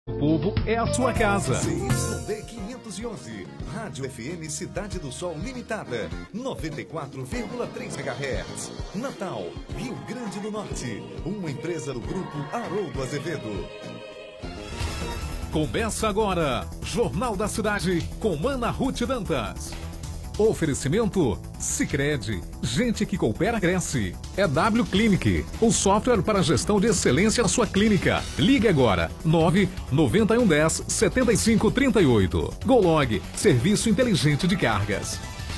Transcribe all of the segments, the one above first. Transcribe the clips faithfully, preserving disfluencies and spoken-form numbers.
O povo é a sua casa. C Y D quinhentos e onze, Rádio F M Cidade do Sol Limitada, noventa e quatro vírgula três megahertz. Natal, Rio Grande do Norte, uma empresa do grupo Haroldo Azevedo. Começa agora, Jornal da Cidade, com Ana Ruth Dantas. Oferecimento Sicredi, gente que coopera cresce. É W Clinic, o software para gestão de excelência da sua clínica. Ligue agora, nove nove um um zero sete cinco três oito. Golog, serviço inteligente de cargas.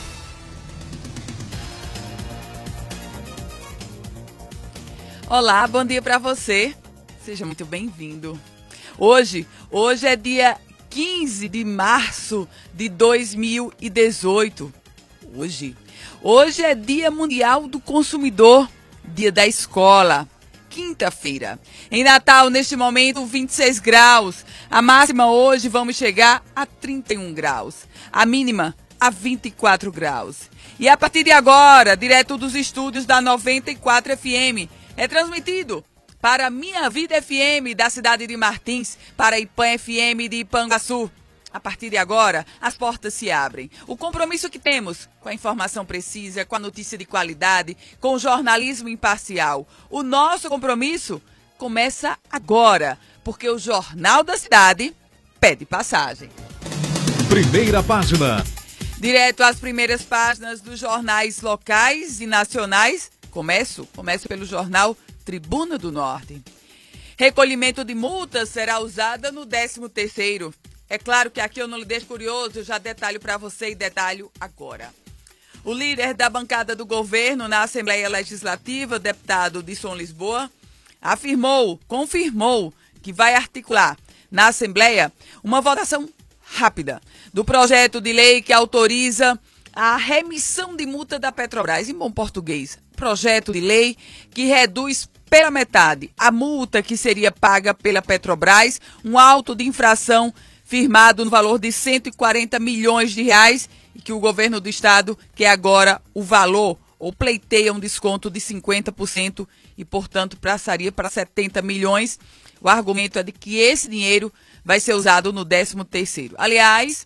Olá, bom dia para você. Seja muito bem-vindo. Hoje, hoje é dia quinze de março de dois mil e dezoito. Hoje. Hoje é Dia Mundial do Consumidor, Dia da Escola, quinta-feira. Em Natal, neste momento, vinte e seis graus. A máxima hoje vamos chegar a trinta e um graus. A mínima a vinte e quatro graus. E a partir de agora, direto dos estúdios da noventa e quatro F M, é transmitido para Minha Vida F M da cidade de Martins, para Ipan F M de Ipanguaçu. A partir de agora, as portas se abrem. O compromisso que temos com a informação precisa, com a notícia de qualidade, com o jornalismo imparcial. O nosso compromisso começa agora, porque o Jornal da Cidade pede passagem. Primeira página. Direto às primeiras páginas dos jornais locais e nacionais. Começo, começo pelo jornal Tribuna do Norte. Recolhimento de multas será usada no décimo terceiro. É claro que aqui eu não lhe deixo curioso, eu já detalho para você e detalho agora. O líder da bancada do governo na Assembleia Legislativa, deputado Disson Lisboa, afirmou, confirmou que vai articular na Assembleia uma votação rápida do projeto de lei que autoriza a remissão de multa da Petrobras. Em bom português, projeto de lei que reduz pela metade a multa que seria paga pela Petrobras, um auto de infração firmado no valor de cento e quarenta milhões de reais e que o governo do estado quer agora o valor ou pleiteia um desconto de cinquenta por cento e, portanto, passaria para setenta milhões. O argumento é de que esse dinheiro vai ser usado no décimo terceiro. Aliás,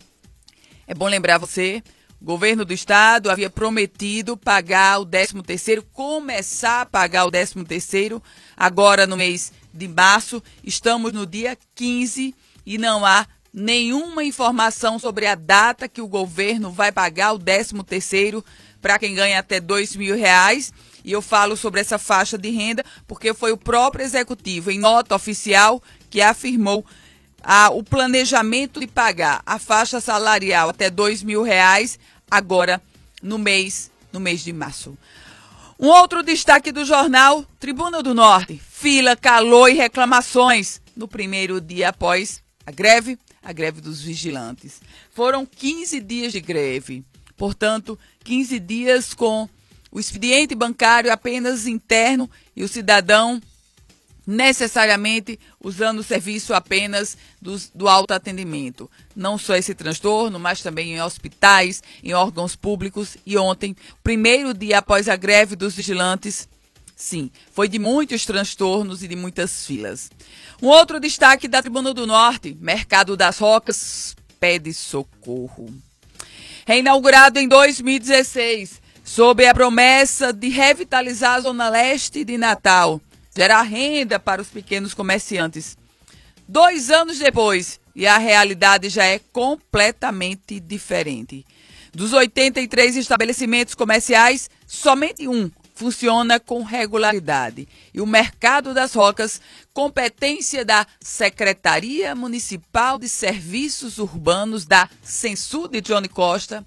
é bom lembrar você, o governo do estado havia prometido pagar o décimo terceiro, começar a pagar o décimo terceiro agora no mês de março. Estamos no dia quinze e não há nenhuma informação sobre a data que o governo vai pagar o décimo terceiro para quem ganha até dois mil reais. E eu falo sobre essa faixa de renda porque foi o próprio executivo, em nota oficial, que afirmou ah, o planejamento de pagar a faixa salarial até dois mil reais agora no mês, no mês de março. Um outro destaque do jornal Tribuna do Norte: fila, calor e reclamações no primeiro dia após a greve, a greve dos vigilantes. Foram quinze dias de greve, portanto, quinze dias com o expediente bancário apenas interno e o cidadão necessariamente usando o serviço apenas do, do autoatendimento. Não só esse transtorno, mas também em hospitais, em órgãos públicos. E ontem, primeiro dia após a greve dos vigilantes, sim, foi de muitos transtornos e de muitas filas. Um outro destaque da Tribuna do Norte: Mercado das Rocas pede socorro. Reinaugurado em dois mil e dezesseis, sob a promessa de revitalizar a Zona Leste de Natal, gerar renda para os pequenos comerciantes. Dois anos depois, e a realidade já é completamente diferente. Dos oitenta e três estabelecimentos comerciais, somente um funciona com regularidade. E o Mercado das Rocas, competência da Secretaria Municipal de Serviços Urbanos da Censu de Johnny Costa,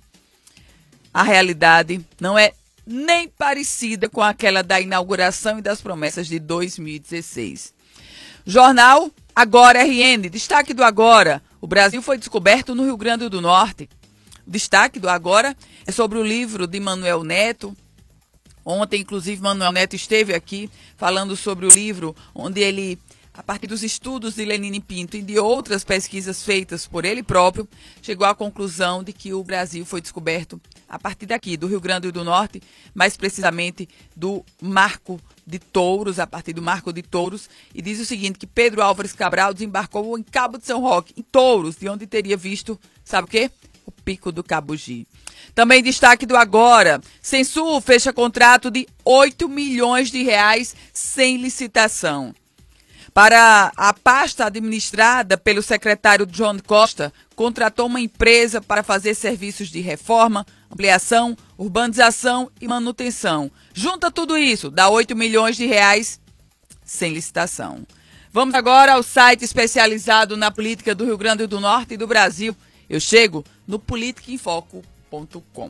a realidade não é nem parecida com aquela da inauguração e das promessas de dois mil e dezesseis. Jornal Agora R N, destaque do Agora: o Brasil foi descoberto no Rio Grande do Norte. O destaque do Agora é sobre o livro de Manuel Neto. Ontem, inclusive, Manuel Neto esteve aqui falando sobre o livro onde ele a partir dos estudos de Lenine Pinto e de outras pesquisas feitas por ele próprio, chegou à conclusão de que o Brasil foi descoberto a partir daqui, do Rio Grande do Norte, mais precisamente do Marco de Touros, a partir do Marco de Touros, e diz o seguinte, que Pedro Álvares Cabral desembarcou em Cabo de São Roque, em Touros, de onde teria visto, sabe o quê? O Pico do Cabugi. Também destaque do agora, Censul fecha contrato de oito milhões de reais sem licitação. Para a pasta administrada pelo secretário John Costa, contratou uma empresa para fazer serviços de reforma, ampliação, urbanização e manutenção. Junta tudo isso, dá oito milhões de reais sem licitação. Vamos agora ao site especializado na política do Rio Grande do Norte e do Brasil. Eu chego no politica em foco ponto com.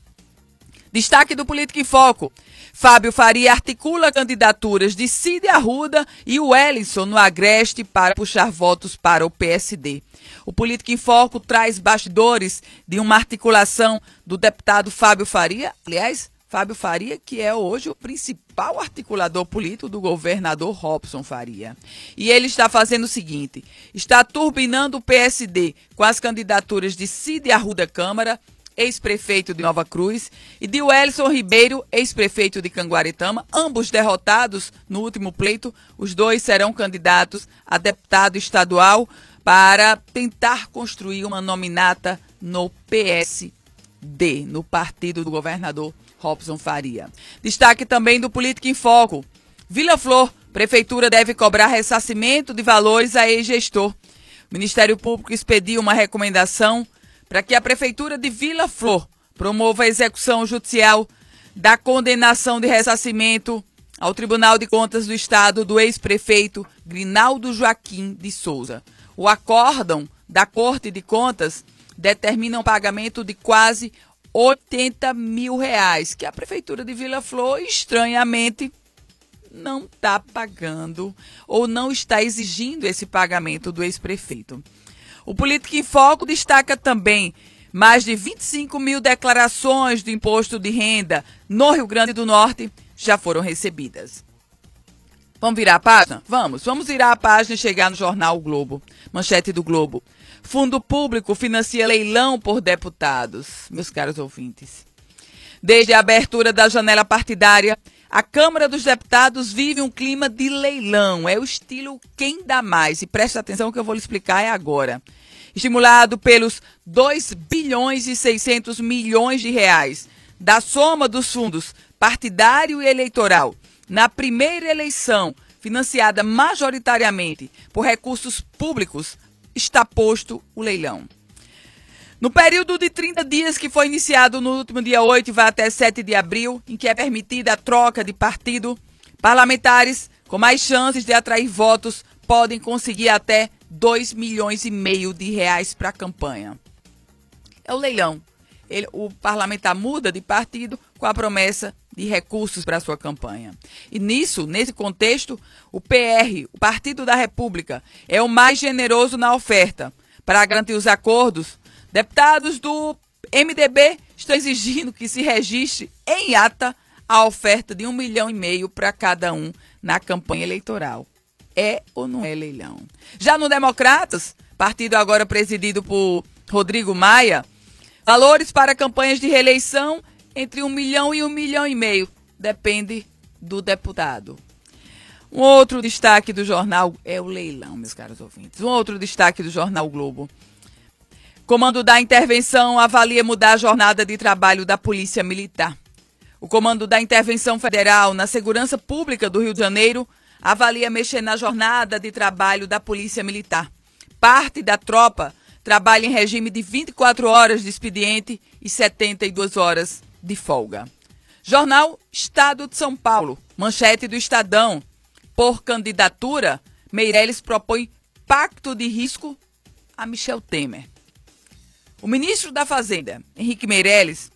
Destaque do Política em Foco. Fábio Faria articula candidaturas de Cid Arruda e Wellington no Agreste para puxar votos para o P S D. O Política em Foco traz bastidores de uma articulação do deputado Fábio Faria, aliás, Fábio Faria, que é hoje o principal articulador político do governador Robson Faria. E ele está fazendo o seguinte, está turbinando o P S D com as candidaturas de Cid Arruda Câmara, ex-prefeito de Nova Cruz, e de Wellington Ribeiro, ex-prefeito de Canguaretama, ambos derrotados no último pleito. Os dois serão candidatos a deputado estadual para tentar construir uma nominata no P S D, no partido do governador Robson Faria. Destaque também do Política em Foco. Vila Flor, prefeitura deve cobrar ressarcimento de valores a ex-gestor. O Ministério Público expediu uma recomendação para que a Prefeitura de Vila Flor promova a execução judicial da condenação de ressarcimento ao Tribunal de Contas do Estado do ex-prefeito Grinaldo Joaquim de Souza. O acórdão da Corte de Contas determina um pagamento de quase oitenta mil reais, que a Prefeitura de Vila Flor, estranhamente, não está pagando ou não está exigindo esse pagamento do ex-prefeito. O Política em Foco destaca também mais de vinte e cinco mil declarações do imposto de renda no Rio Grande do Norte já foram recebidas. Vamos virar a página? Vamos. Vamos virar a página e chegar no jornal O Globo. Manchete do Globo. Fundo Público financia leilão por deputados. Meus caros ouvintes. Desde a abertura da janela partidária, a Câmara dos Deputados vive um clima de leilão. É o estilo quem dá mais. E preste atenção que eu vou lhe explicar é agora. Estimulado pelos dois bilhões e seiscentos milhões de reais da soma dos fundos partidário e eleitoral na primeira eleição, financiada majoritariamente por recursos públicos, está posto o leilão. No período de trinta dias que foi iniciado no último dia oito e vai até sete de abril, em que é permitida a troca de partido, parlamentares com mais chances de atrair votos podem conseguir até dois milhões e meio de reais para a campanha. É o leilão. Ele, o parlamentar muda de partido com a promessa de recursos para a sua campanha. E nisso, nesse contexto, o P R, o Partido da República, é o mais generoso na oferta. Para garantir os acordos, deputados do M D B estão exigindo que se registre em ata a oferta de um milhão e meio para cada um na campanha eleitoral. É ou não é leilão? Já no Democratas, partido agora presidido por Rodrigo Maia, valores para campanhas de reeleição entre um milhão e um milhão e meio. Depende do deputado. Um outro destaque do jornal é o leilão, meus caros ouvintes. Um outro destaque do jornal Globo. Comando da Intervenção avalia mudar a jornada de trabalho da Polícia Militar. O Comando da Intervenção Federal na Segurança Pública do Rio de Janeiro avalia mexer na jornada de trabalho da Polícia Militar. Parte da tropa trabalha em regime de vinte e quatro horas de expediente e setenta e duas horas de folga. Jornal Estado de São Paulo, manchete do Estadão. Por candidatura, Meirelles propõe pacto de risco a Michel Temer. O ministro da Fazenda, Henrique Meirelles,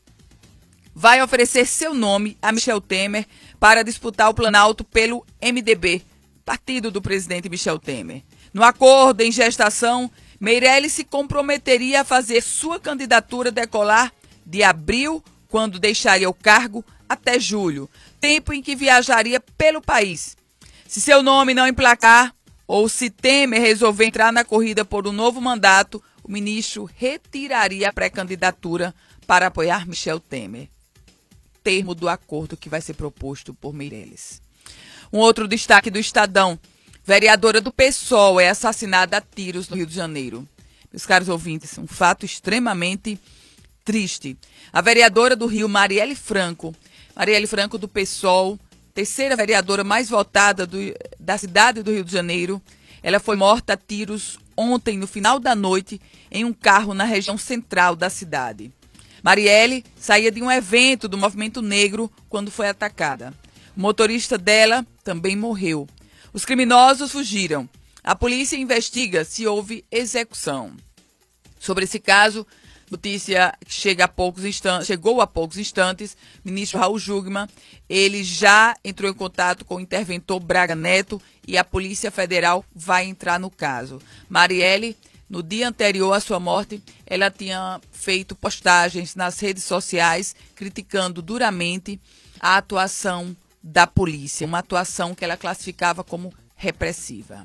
vai oferecer seu nome a Michel Temer para disputar o Planalto pelo M D B, partido do presidente Michel Temer. No acordo em gestação, Meirelles se comprometeria a fazer sua candidatura decolar de abril, quando deixaria o cargo, até julho, tempo em que viajaria pelo país. Se seu nome não emplacar, ou se Temer resolver entrar na corrida por um novo mandato, o ministro retiraria a pré-candidatura para apoiar Michel Temer. Termo do acordo que vai ser proposto por Meirelles. Um outro destaque do Estadão. Vereadora do PSOL é assassinada a tiros no Rio de Janeiro. Meus caros ouvintes, um fato extremamente triste. A vereadora do Rio, Marielle Franco, Marielle Franco do PSOL, terceira vereadora mais votada do, da cidade do Rio de Janeiro, ela foi morta a tiros ontem, no final da noite, em um carro na região central da cidade. Marielle saía de um evento do movimento negro quando foi atacada. O motorista dela também morreu. Os criminosos fugiram. A polícia investiga se houve execução. Sobre esse caso, notícia que chega a poucos instantes, chegou a poucos instantes, o ministro Raul Jungmann, ele já entrou em contato com o interventor Braga Neto e a Polícia Federal vai entrar no caso. Marielle, no dia anterior à sua morte, ela tinha feito postagens nas redes sociais criticando duramente a atuação da polícia, uma atuação que ela classificava como repressiva.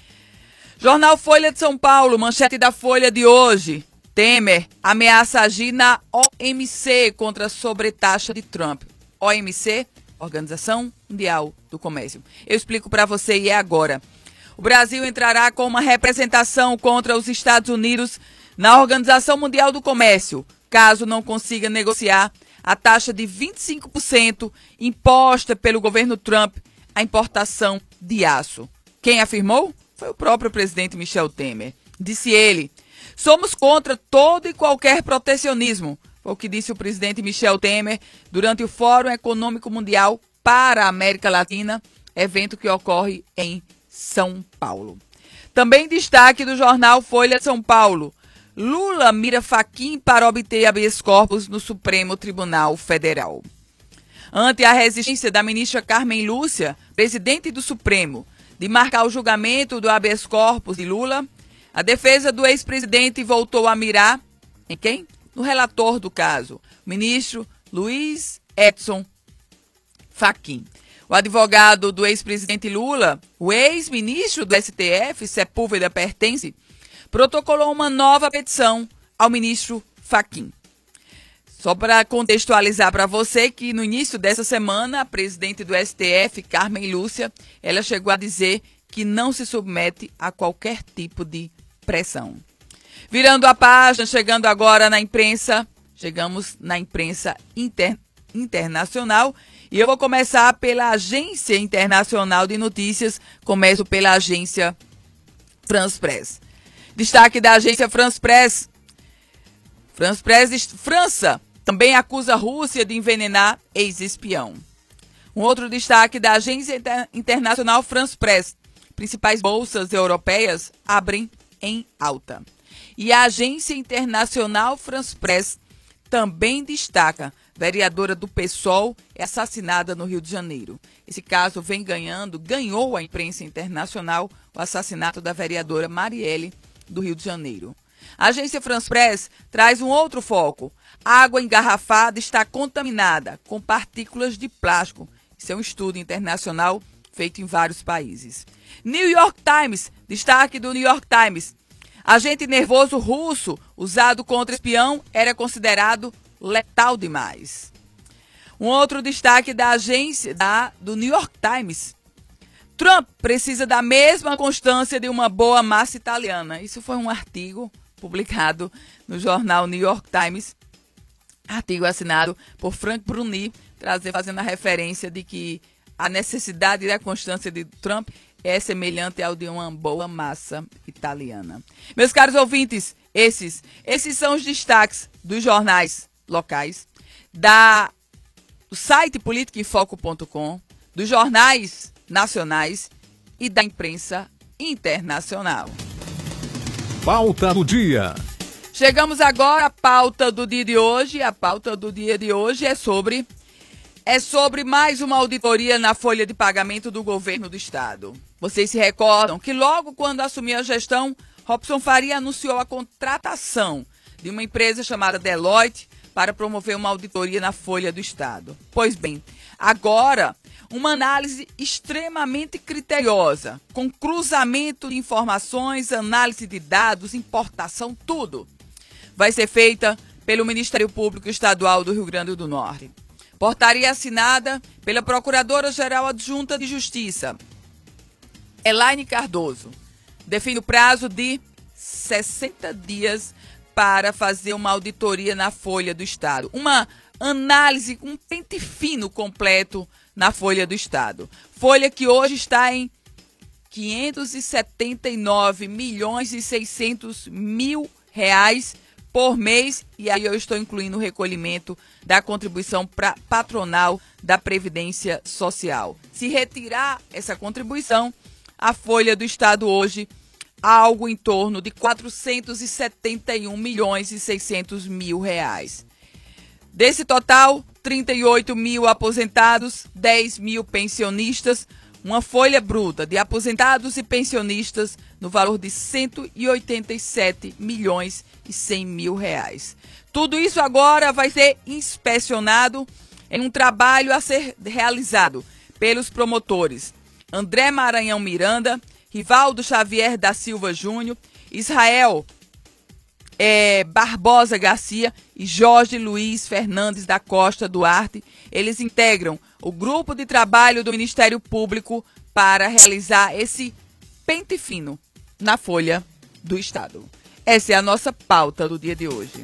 Jornal Folha de São Paulo, manchete da Folha de hoje. Temer ameaça agir na O M C contra a sobretaxa de Trump. O M C, Organização Mundial do Comércio. Eu explico para você e é agora. O Brasil entrará com uma representação contra os Estados Unidos na Organização Mundial do Comércio, caso não consiga negociar a taxa de vinte e cinco por cento imposta pelo governo Trump à importação de aço. Quem afirmou? Foi o próprio presidente Michel Temer. Disse ele: somos contra todo e qualquer protecionismo. Foi o que disse o presidente Michel Temer durante o Fórum Econômico Mundial para a América Latina, evento que ocorre em São Paulo. Também destaque do jornal Folha de São Paulo. Lula mira Fachin para obter habeas corpus no Supremo Tribunal Federal. Ante a resistência da ministra Carmen Lúcia, presidente do Supremo, de marcar o julgamento do habeas corpus de Lula, a defesa do ex-presidente voltou a mirar em quem? No relator do caso, o ministro Luiz Edson Fachin. O advogado do ex-presidente Lula, o ex-ministro do S T F, Sepúlveda Pertence, protocolou uma nova petição ao ministro Fachin. Só para contextualizar para você que no início dessa semana, a presidente do S T F, Carmen Lúcia, ela chegou a dizer que não se submete a qualquer tipo de pressão. Virando a página, chegando agora na imprensa, chegamos na imprensa inter, internacional e eu vou começar pela Agência Internacional de Notícias, começo pela agência France Press. Destaque da agência France Press. France Press, França também acusa a Rússia de envenenar ex-espião. Um outro destaque da agência internacional France Press. Principais bolsas europeias abrem em alta. E a agência internacional France Press também destaca: vereadora do PSOL é assassinada no Rio de Janeiro. Esse caso vem ganhando, ganhou a imprensa internacional o assassinato da vereadora Marielle do Rio de Janeiro. A agência France Press traz um outro foco. A água engarrafada está contaminada com partículas de plástico. Isso é um estudo internacional feito em vários países. New York Times, destaque do New York Times. Agente nervoso russo usado contra espião era considerado letal demais. Um outro destaque da agência da, do New York Times. Trump precisa da mesma constância de uma boa massa italiana. Isso foi um artigo publicado no jornal New York Times. Artigo assinado por Frank Bruni, trazer, fazendo a referência de que a necessidade da constância de Trump é semelhante ao de uma boa massa italiana. Meus caros ouvintes, esses, esses são os destaques dos jornais locais, da, do site política em foco ponto com, dos jornais nacionais e da imprensa internacional. Pauta do dia. Chegamos agora à pauta do dia de hoje. A pauta do dia de hoje é sobre, é sobre mais uma auditoria na folha de pagamento do governo do estado. Vocês se recordam que logo quando assumiu a gestão, Robson Faria anunciou a contratação de uma empresa chamada Deloitte para promover uma auditoria na folha do estado. Pois bem, agora uma análise extremamente criteriosa, com cruzamento de informações, análise de dados, importação, tudo. Vai ser feita pelo Ministério Público Estadual do Rio Grande do Norte. Portaria assinada pela Procuradora-Geral Adjunta de Justiça, Elaine Cardoso. Define o prazo de sessenta dias para fazer uma auditoria na Folha do Estado. Uma análise, um pente fino completo na Folha do Estado. Folha que hoje está em quinhentos e setenta e nove milhões e seiscentos mil reais por mês, e aí eu estou incluindo o recolhimento da contribuição pra, patronal da Previdência Social. Se retirar essa contribuição, a Folha do Estado hoje há algo em torno de quatrocentos e setenta e um milhões e seiscentos mil reais. Desse total, trinta e oito mil aposentados, dez mil pensionistas, uma folha bruta de aposentados e pensionistas no valor de cento e oitenta e sete milhões e cem mil reais. Tudo isso agora vai ser inspecionado em um trabalho a ser realizado pelos promotores André Maranhão Miranda, Rivaldo Xavier da Silva Júnior, Israel é, Barbosa Garcia e Jorge Luiz Fernandes da Costa Duarte. Eles integram o grupo de trabalho do Ministério Público para realizar esse pente fino na Folha do Estado. Essa é a nossa pauta do dia de hoje.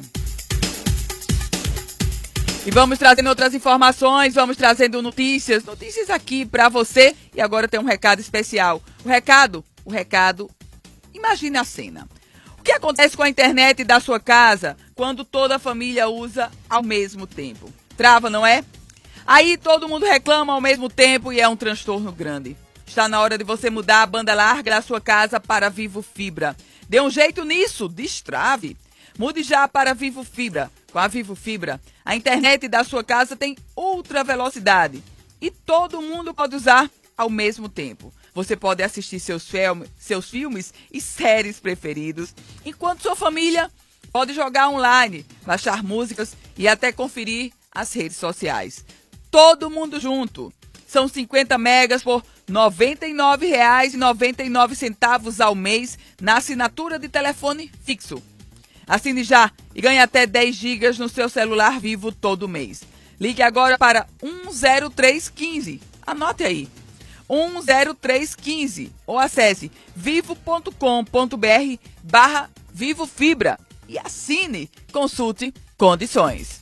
E vamos trazendo outras informações, vamos trazendo notícias, notícias aqui para você. E agora tem um recado especial. O recado, o recado, imagine a cena. O que acontece com a internet da sua casa quando toda a família usa ao mesmo tempo? Trava, não é? Aí todo mundo reclama ao mesmo tempo e é um transtorno grande. Está na hora de você mudar a banda larga da sua casa para Vivo Fibra. Dê um jeito nisso, destrave. Mude já para Vivo Fibra. Com a Vivo Fibra, a internet da sua casa tem ultra velocidade e todo mundo pode usar ao mesmo tempo. Você pode assistir seus, film, seus filmes e séries preferidos, enquanto sua família pode jogar online, baixar músicas e até conferir as redes sociais. Todo mundo junto. São cinquenta megas por noventa e nove reais e noventa e nove centavos ao mês na assinatura de telefone fixo. Assine já e ganhe até dez gigas no seu celular Vivo todo mês. Ligue agora para um zero três um cinco. Anote aí. um zero três um cinco ou acesse vivo ponto com ponto br barra Vivo Fibra e assine. Consulte condições.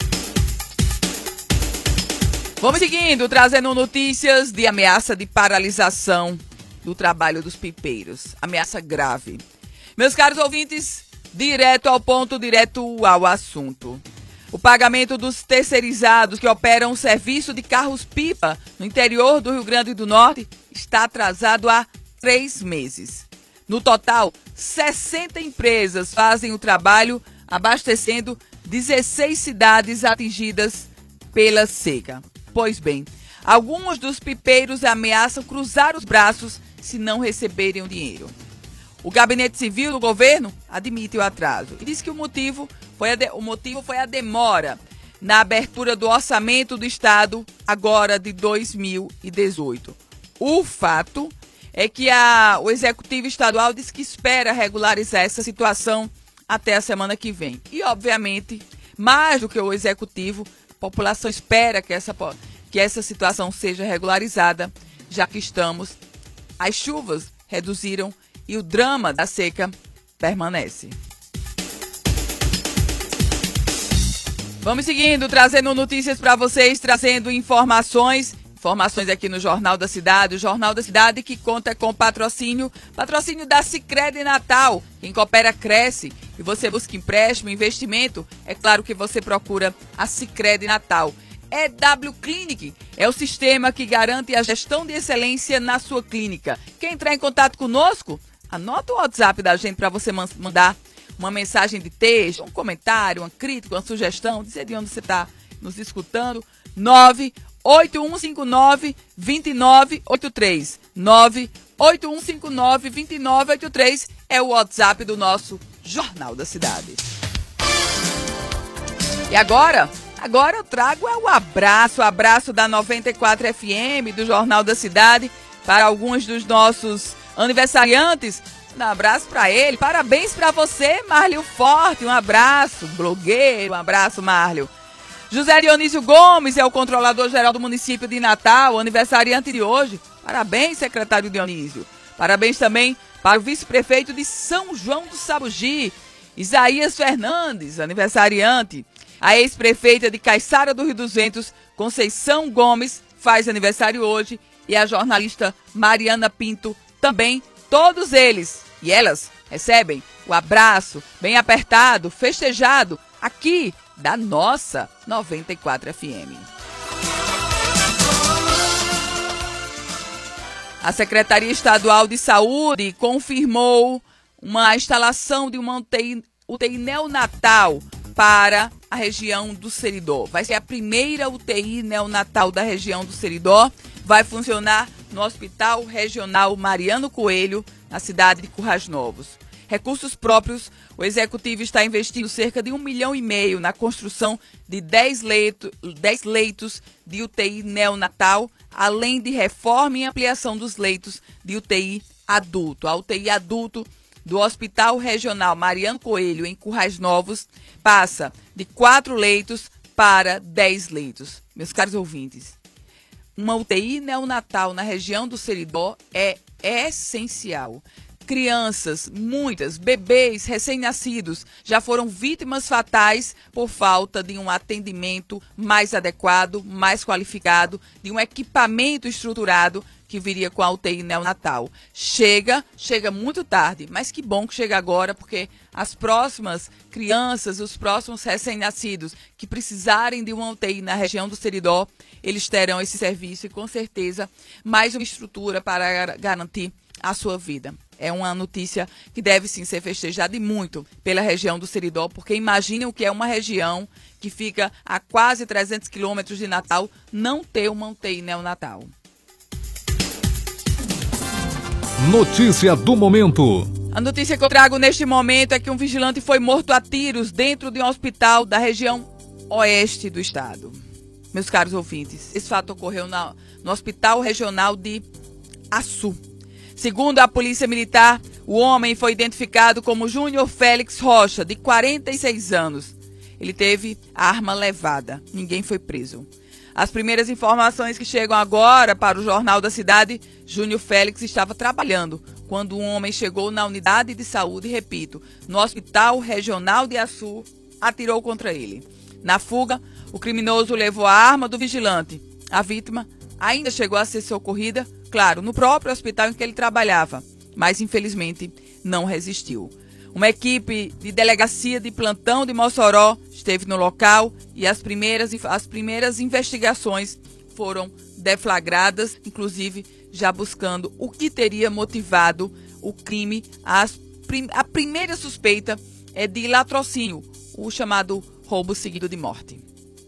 Vamos seguindo, trazendo notícias de ameaça de paralisação do trabalho dos pipeiros. Ameaça grave. Meus caros ouvintes, direto ao ponto, direto ao assunto. O pagamento dos terceirizados que operam o serviço de carros-pipa no interior do Rio Grande do Norte está atrasado há três meses. No total, sessenta empresas fazem o trabalho, abastecendo dezesseis cidades atingidas pela seca. Pois bem, alguns dos pipeiros ameaçam cruzar os braços se não receberem o dinheiro. O Gabinete Civil do Governo admite o atraso e diz que o motivo foi a, de, o motivo foi a demora na abertura do orçamento do Estado agora de dois mil e dezoito. O fato é que a, o Executivo Estadual diz que espera regularizar essa situação até a semana que vem. E, obviamente, mais do que o Executivo, a população espera que essa, que essa situação seja regularizada, já que estamos, as chuvas reduziram e o drama da seca permanece. Vamos seguindo, trazendo notícias para vocês, trazendo informações. Informações aqui no Jornal da Cidade. O Jornal da Cidade que conta com patrocínio, patrocínio da Sicredi Natal. Quem coopera cresce e você busca empréstimo, investimento. É claro que você procura a Sicredi Natal. E W Clinic é o sistema que garante a gestão de excelência na sua clínica. Quer entrar em contato conosco? Anota o WhatsApp da gente para você mandar uma mensagem de texto, um comentário, uma crítica, uma sugestão, dizer de onde você está nos escutando. nove oito um cinco nove, dois nove oito três. nove oito um cinco nove, dois nove oito três é o WhatsApp do nosso Jornal da Cidade. E agora, Agora eu trago é o abraço, o abraço da noventa e quatro F M, do Jornal da Cidade, para alguns dos nossos aniversariantes. Um abraço para ele. Parabéns para você, Márlio Forte. Um abraço, blogueiro. Um abraço, Márlio. José Dionísio Gomes é o controlador-geral do município de Natal, aniversariante de hoje. Parabéns, secretário Dionísio. Parabéns também para o vice-prefeito de São João do Sabugi, Isaías Fernandes, aniversariante. A ex-prefeita de Caiçara do Rio dos Ventos, Conceição Gomes, faz aniversário hoje. E a jornalista Mariana Pinto também. Todos eles e elas recebem o abraço bem apertado, festejado, aqui da nossa noventa e quatro F M. A Secretaria Estadual de Saúde confirmou uma instalação de uma U T I, U T I neonatal para a região do Seridó. Vai ser a primeira U T I neonatal da região do Seridó. Vai funcionar no Hospital Regional Mariano Coelho, na cidade de Currais Novos. Recursos próprios, o Executivo está investindo cerca de um milhão e meio na construção de dez leitos, dez leitos de U T I neonatal, além de reforma e ampliação dos leitos de U T I adulto. A U T I adulto do Hospital Regional Mariano Coelho, em Currais Novos, passa de quatro leitos para dez leitos. Meus caros ouvintes, uma U T I neonatal na região do Seridó é essencial. Crianças, muitas, bebês recém-nascidos já foram vítimas fatais por falta de um atendimento mais adequado, mais qualificado, de um equipamento estruturado que viria com a U T I neonatal. Chega, chega muito tarde, mas que bom que chega agora, porque as próximas crianças, os próximos recém-nascidos que precisarem de uma U T I na região do Seridó, eles terão esse serviço e, com certeza, mais uma estrutura para garantir a sua vida. É uma notícia que deve sim ser festejada e muito pela região do Seridó, porque imaginem o que é uma região que fica a quase trezentos quilômetros de Natal não ter uma U T I neonatal. Notícia do momento. A notícia que eu trago neste momento é que um vigilante foi morto a tiros dentro de um hospital da região oeste do estado. Meus caros ouvintes, esse fato ocorreu na, no Hospital Regional de Açu. Segundo a Polícia Militar, o homem foi identificado como Júnior Félix Rocha, de quarenta e seis anos. Ele teve a arma levada. Ninguém foi preso. As primeiras informações que chegam agora para o Jornal da Cidade, Júnior Félix estava trabalhando quando um homem chegou na unidade de saúde, repito, no Hospital Regional de Açu, atirou contra ele. Na fuga, o criminoso levou a arma do vigilante. A vítima ainda chegou a ser socorrida, claro, no próprio hospital em que ele trabalhava, mas infelizmente não resistiu. Uma equipe de delegacia de plantão de Mossoró esteve no local e as primeiras, as primeiras investigações foram deflagradas, inclusive já buscando o que teria motivado o crime. As, a primeira suspeita é de latrocínio, o chamado roubo seguido de morte.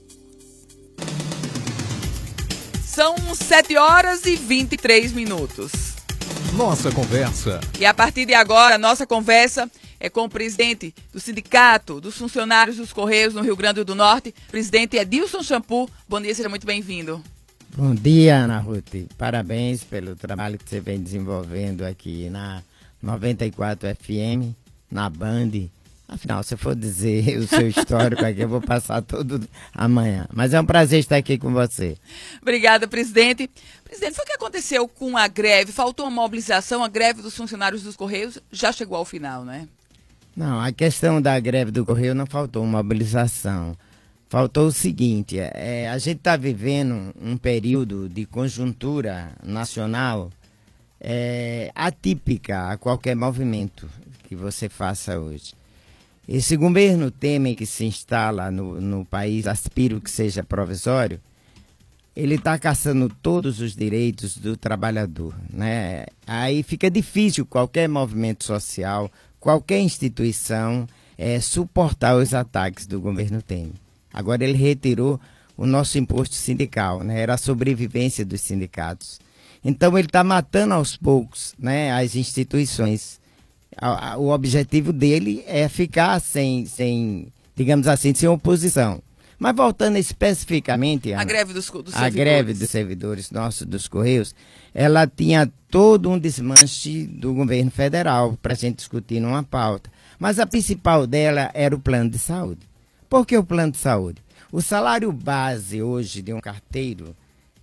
São sete horas e vinte e três minutos. Nossa conversa. E a partir de agora, nossa conversa é com o presidente do Sindicato dos Funcionários dos Correios no Rio Grande do Norte, presidente Edilson Shampoo. Bom dia, seja muito bem-vindo. Bom dia, Ana Ruth. Parabéns pelo trabalho que você vem desenvolvendo aqui na noventa e quatro F M, na Band. Afinal, se eu for dizer o seu histórico aqui, eu vou passar todo amanhã. Mas é um prazer estar aqui com você. Obrigada, presidente. Presidente, foi o que aconteceu com a greve? Faltou uma mobilização, a greve dos funcionários dos Correios já chegou ao final, né? Não, a questão da greve do Correio não faltou mobilização. Faltou o seguinte, é, a gente está vivendo um período de conjuntura nacional é, atípica a qualquer movimento que você faça hoje. Esse governo Temer que se instala no, no país, aspiro que seja provisório, ele está caçando todos os direitos do trabalhador, né? Aí fica difícil qualquer movimento social, qualquer instituição é, suportar os ataques do governo Temer. Agora ele retirou o nosso imposto sindical, né? Era a sobrevivência dos sindicatos. Então ele está matando aos poucos, né, as instituições. O objetivo dele é ficar sem, sem, digamos assim, sem oposição. Mas voltando especificamente a Ana, greve dos, dos a servidores. greve dos servidores nossos dos Correios, ela tinha todo um desmanche do governo federal para a gente discutir numa pauta. Mas a principal dela era o plano de saúde. Por que o plano de saúde? O salário base hoje de um carteiro,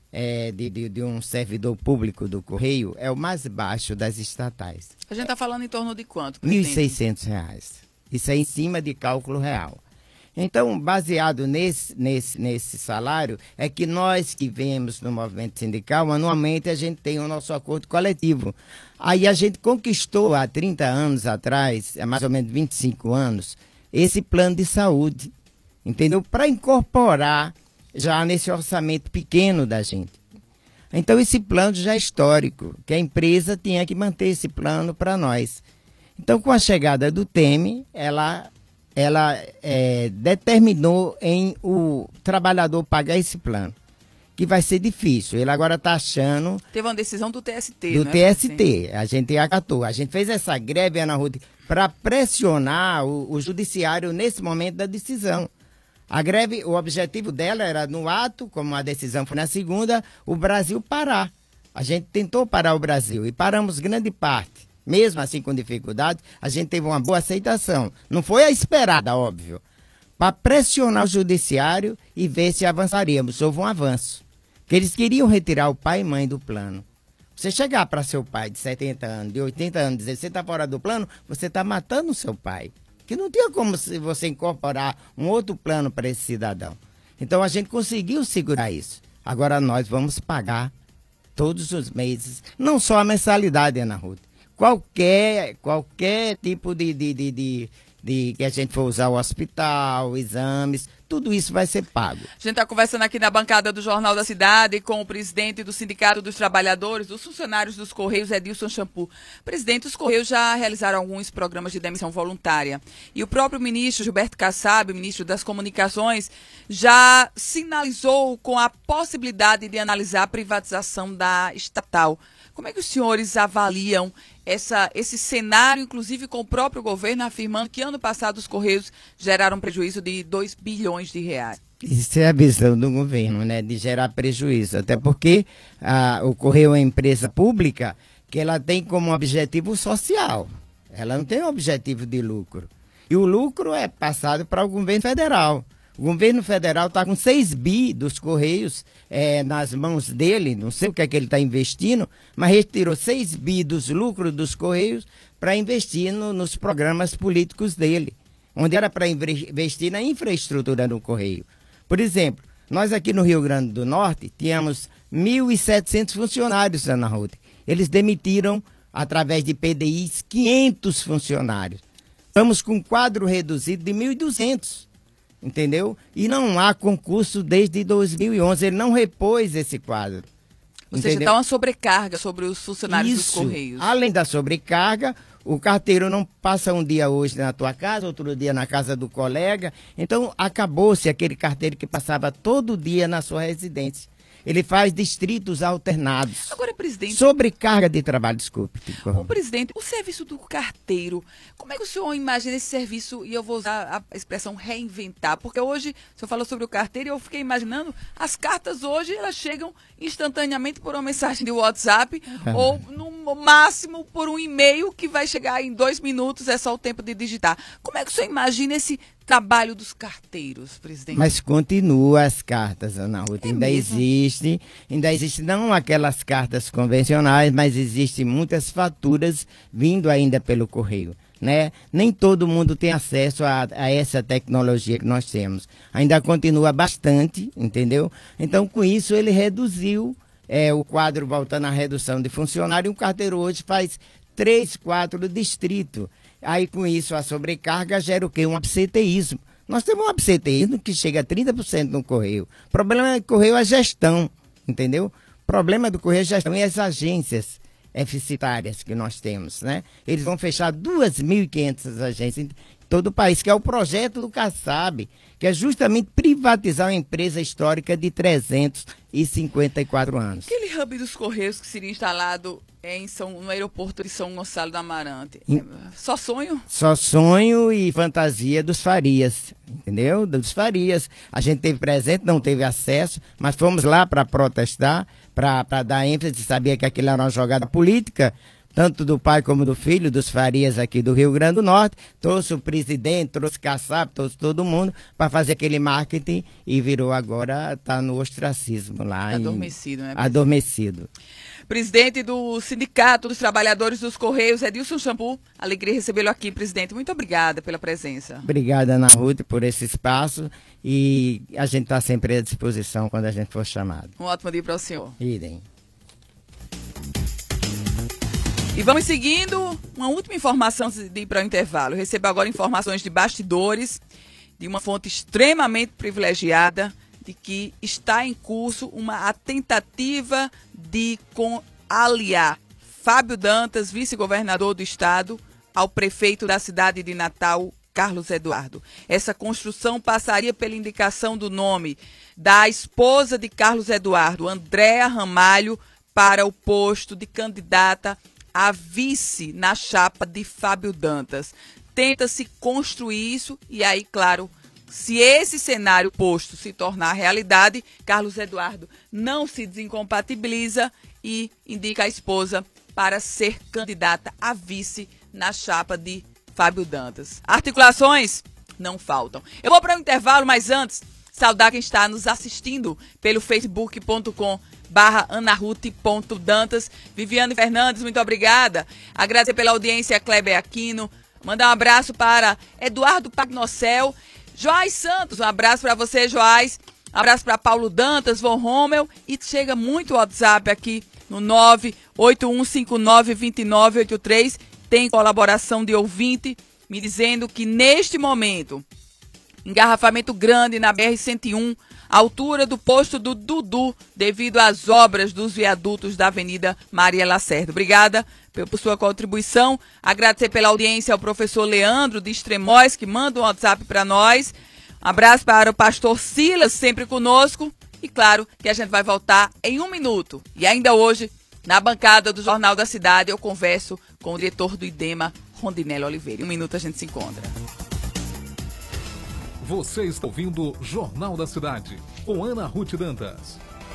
é, de, de, de um servidor público do Correio, é o mais baixo das estatais. A gente está falando em torno de quanto, mil e presidente? seiscentos reais. Isso é em cima de cálculo real. Então, baseado nesse, nesse, nesse salário, é que nós que vemos no movimento sindical, anualmente a gente tem o nosso acordo coletivo. Aí a gente conquistou há trinta anos atrás, há mais ou menos vinte e cinco anos, esse plano de saúde, entendeu? Para incorporar já nesse orçamento pequeno da gente. Então, esse plano já é histórico, que a empresa tinha que manter esse plano para nós. Então, com a chegada do Temer, ela... ela é, determinou em o trabalhador pagar esse plano, que vai ser difícil. Ele agora está achando... Teve uma decisão do T S T, Do né? T S T, a gente acatou. A gente fez essa greve, Ana Ruth, para pressionar o, o judiciário nesse momento da decisão. A greve, o objetivo dela era no ato, como a decisão foi na segunda, o Brasil parar. A gente tentou parar o Brasil e paramos grande parte. Mesmo assim com dificuldade, a gente teve uma boa aceitação. Não foi a esperada, óbvio. Para pressionar o judiciário e ver se avançaríamos. Houve um avanço. Que eles queriam retirar o pai e mãe do plano. Você chegar para seu pai de setenta anos, de oitenta anos, dizer você está fora do plano, você está matando o seu pai. Que não tinha como você incorporar um outro plano para esse cidadão. Então a gente conseguiu segurar isso. Agora nós vamos pagar todos os meses, não só a mensalidade, Ana Ruth. Qualquer, qualquer tipo de, de, de, de, de que a gente for usar o hospital, exames, tudo isso vai ser pago. A gente está conversando aqui na bancada do Jornal da Cidade com o presidente do Sindicato dos Trabalhadores, dos Funcionários dos Correios, Edilson Shampoo. Presidente, os Correios já realizaram alguns programas de demissão voluntária. E o próprio ministro Gilberto Kassab, ministro das Comunicações, já sinalizou com a possibilidade de analisar a privatização da estatal. Como é que os senhores avaliam essa, esse cenário, inclusive com o próprio governo afirmando que ano passado os Correios geraram um prejuízo de dois bilhões de reais? Isso é a visão do governo, né, de gerar prejuízo. Até porque a, o Correio é uma empresa pública que ela tem como objetivo social. Ela não tem um objetivo de lucro. E o lucro é passado para o governo federal. O governo federal está com seis bi dos Correios é, nas mãos dele, não sei o que é que ele está investindo, mas retirou seis bi dos lucros dos Correios para investir no, nos programas políticos dele, onde era para investir na infraestrutura do Correio. Por exemplo, nós aqui no Rio Grande do Norte tínhamos mil e setecentos funcionários, Ana Ruth. Eles demitiram, através de P D Is, quinhentos funcionários. Estamos com um quadro reduzido de mil e duzentos. Entendeu? E não há concurso desde dois mil e onze, ele não repôs esse quadro. Ou seja, está uma sobrecarga sobre os funcionários Isso. dos Correios. Além da sobrecarga, o carteiro não passa um dia hoje na tua casa, outro dia na casa do colega. Então, acabou-se aquele carteiro que passava todo dia na sua residência. Ele faz distritos alternados. Agora, presidente... Sobrecarga de trabalho, desculpe. O presidente, o serviço do carteiro, como é que o senhor imagina esse serviço, e eu vou usar a expressão reinventar, porque hoje, o senhor falou sobre o carteiro e eu fiquei imaginando, as cartas hoje, elas chegam instantaneamente por uma mensagem de WhatsApp, ah. ou no máximo por um e-mail que vai chegar em dois minutos, é só o tempo de digitar. Como é que o senhor imagina esse trabalho dos carteiros, presidente? Mas continua as cartas, Ana Ruth, é ainda mesmo? existe, ainda existe não aquelas cartas convencionais, mas existem muitas faturas vindo ainda pelo correio, né? Nem todo mundo tem acesso a, a essa tecnologia que nós temos. Ainda continua bastante, entendeu? Então, com isso, ele reduziu é, o quadro, voltando à redução de funcionário, um carteiro hoje faz três, quatro distritos. Aí, com isso, a sobrecarga gera o quê? Um absenteísmo. Nós temos um absenteísmo que chega a trinta por cento no Correio. O problema do Correio é a gestão, entendeu? O problema do Correio é a gestão e as agências deficitárias que nós temos, né? Eles vão fechar duas mil e quinhentas agências em todo o país, que é o projeto do Kassab, que é justamente privatizar uma empresa histórica de trezentos e cinquenta e quatro anos. Aquele hub dos Correios que seria instalado em São, no aeroporto de São Gonçalo do Amarante. In... Só sonho? Só sonho e fantasia dos Farias, entendeu? Dos Farias. A gente teve presente, não teve acesso, mas fomos lá para protestar, para dar ênfase, sabia que aquilo era uma jogada política, tanto do pai como do filho, dos Farias aqui do Rio Grande do Norte. Trouxe o presidente, trouxe Kassab, trouxe todo mundo para fazer aquele marketing e virou agora, está no ostracismo lá. Adormecido, em... né? Adormecido. Presidente do Sindicato dos Trabalhadores dos Correios, Edilson Shampoo. Alegria recebê-lo aqui, presidente. Muito obrigada pela presença. Obrigada, Ana Ruth, por esse espaço. E a gente está sempre à disposição quando a gente for chamado. Um ótimo dia para o senhor. Idem. E vamos seguindo. Uma última informação antes de ir para o intervalo. Eu recebo agora informações de bastidores de uma fonte extremamente privilegiada de que está em curso uma tentativa de com aliar Fábio Dantas, vice-governador do estado, ao prefeito da cidade de Natal, Carlos Eduardo. Essa construção passaria pela indicação do nome da esposa de Carlos Eduardo, Andréa Ramalho, para o posto de candidata a vice na chapa de Fábio Dantas. Tenta-se construir isso e aí, claro, se esse cenário posto se tornar realidade, Carlos Eduardo não se desincompatibiliza e indica a esposa para ser candidata a vice na chapa de Fábio Dantas. Articulações não faltam. Eu vou para o intervalo, mas antes, saudar quem está nos assistindo pelo facebook ponto com barra anaruth ponto dantas. Viviane Fernandes, muito obrigada. Agradecer pela audiência a Kleber Aquino. Mandar um abraço para Eduardo Pagnocel. Joás Santos, um abraço para você, Joás. Um abraço para Paulo Dantas, Von Rommel. E chega muito WhatsApp aqui no nove oito um cinco nove dois nove oito três. Tem colaboração de ouvinte me dizendo que neste momento, engarrafamento grande na B R cento e um, altura do posto do Dudu, devido às obras dos viadutos da Avenida Maria Lacerda. Obrigada por sua contribuição. Agradecer pela audiência ao professor Leandro de Extremóis, que manda um WhatsApp para nós. Um abraço para o pastor Silas, sempre conosco. E claro que a gente vai voltar em um minuto. E ainda hoje, na bancada do Jornal da Cidade, eu converso com o diretor do IDEMA, Rondinelli Oliveira. Em um minuto a gente se encontra. Você está ouvindo Jornal da Cidade, com Ana Ruth Dantas.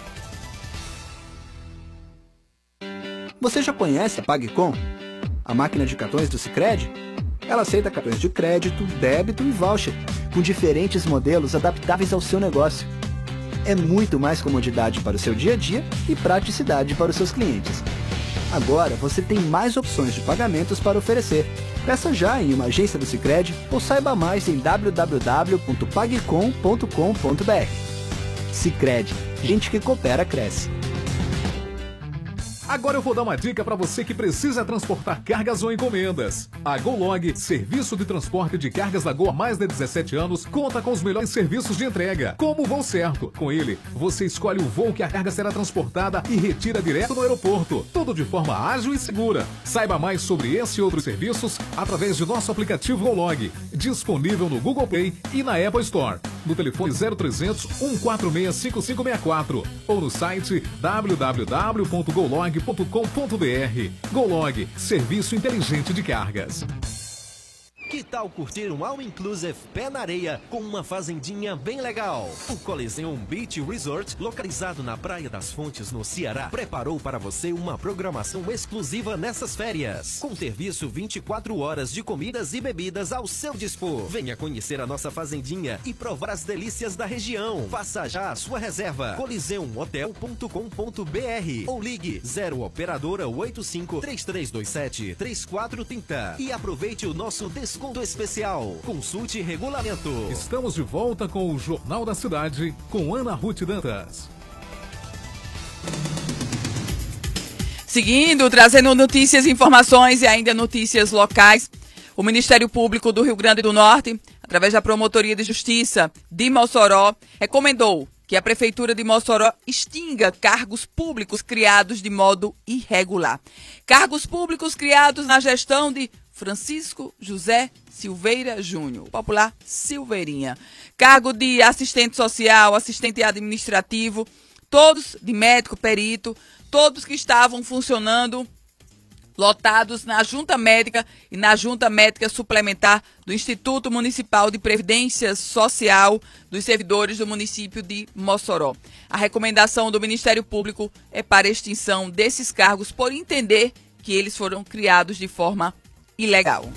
Você já conhece a PagCom? A máquina de cartões do Sicredi? Ela aceita cartões de crédito, débito e voucher, com diferentes modelos adaptáveis ao seu negócio. É muito mais comodidade para o seu dia a dia e praticidade para os seus clientes. Agora você tem mais opções de pagamentos para oferecer. Peça já em uma agência do Sicredi ou saiba mais em w w w ponto pagcom ponto com ponto b r. Sicredi, gente que coopera cresce. Agora eu vou dar uma dica para você que precisa transportar cargas ou encomendas. A GoLog, serviço de transporte de cargas da Gol há mais de dezessete anos, conta com os melhores serviços de entrega, como o Voo Certo. Com ele, você escolhe o voo que a carga será transportada e retira direto no aeroporto, tudo de forma ágil e segura. Saiba mais sobre esse e outros serviços através de nosso aplicativo GoLog, disponível no Google Play e na Apple Store, no telefone zero trezentos, um quatro seis, cinco cinco seis quatro ou no site w w w ponto golog ponto com ponto b r. GoLog, serviço inteligente de cargas. Que tal curtir um all-inclusive pé na areia com uma fazendinha bem legal? O Coliseum Beach Resort, localizado na Praia das Fontes, no Ceará, preparou para você uma programação exclusiva nessas férias, com serviço vinte e quatro horas de comidas e bebidas ao seu dispor. Venha conhecer a nossa fazendinha e provar as delícias da região. Faça já a sua reserva. coliseum hotel ponto com ponto b r ou ligue zero operadora oito cinco, três três dois sete, três quatro três zero e aproveite o nosso desconto Desconto especial. Consulte regulamento. Estamos de volta com o Jornal da Cidade, com Ana Ruth Dantas. Seguindo, trazendo notícias, informações e ainda notícias locais, o Ministério Público do Rio Grande do Norte, através da Promotoria de Justiça de Mossoró, recomendou que a Prefeitura de Mossoró extinga cargos públicos criados de modo irregular. Cargos públicos criados na gestão de Francisco José Silveira Júnior, popular Silveirinha. Cargo de assistente social, assistente administrativo, todos de médico, perito, todos que estavam funcionando lotados na Junta Médica e na Junta Médica Suplementar do Instituto Municipal de Previdência Social dos servidores do município de Mossoró. A recomendação do Ministério Público é para a extinção desses cargos por entender que eles foram criados de forma ilegal.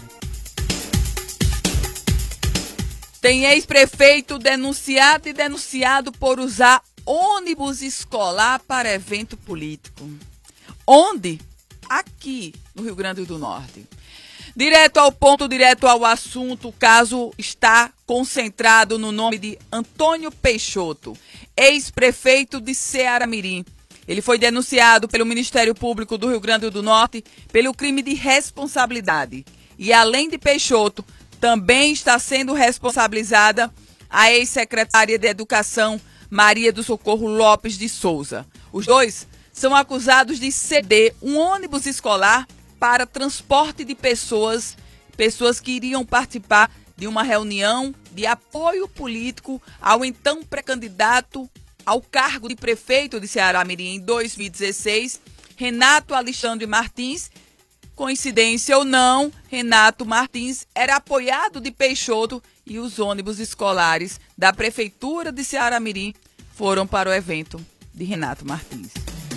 Tem ex-prefeito denunciado e denunciado por usar ônibus escolar para evento político. Onde? Aqui no Rio Grande do Norte. Direto ao ponto, direto ao assunto, o caso está concentrado no nome de Antônio Peixoto, ex-prefeito de Ceará-Mirim. Ele foi denunciado pelo Ministério Público do Rio Grande do Norte pelo crime de responsabilidade. E além de Peixoto, também está sendo responsabilizada a ex-secretária de Educação, Maria do Socorro Lopes de Souza. Os dois são acusados de ceder um ônibus escolar para transporte de pessoas, pessoas que iriam participar de uma reunião de apoio político ao então pré-candidato ao cargo de prefeito de Ceará-Mirim em dois mil e dezesseis, Renato Alexandre Martins. Coincidência ou não, Renato Martins era apoiado de Peixoto e os ônibus escolares da Prefeitura de Ceará-Mirim foram para o evento de Renato Martins.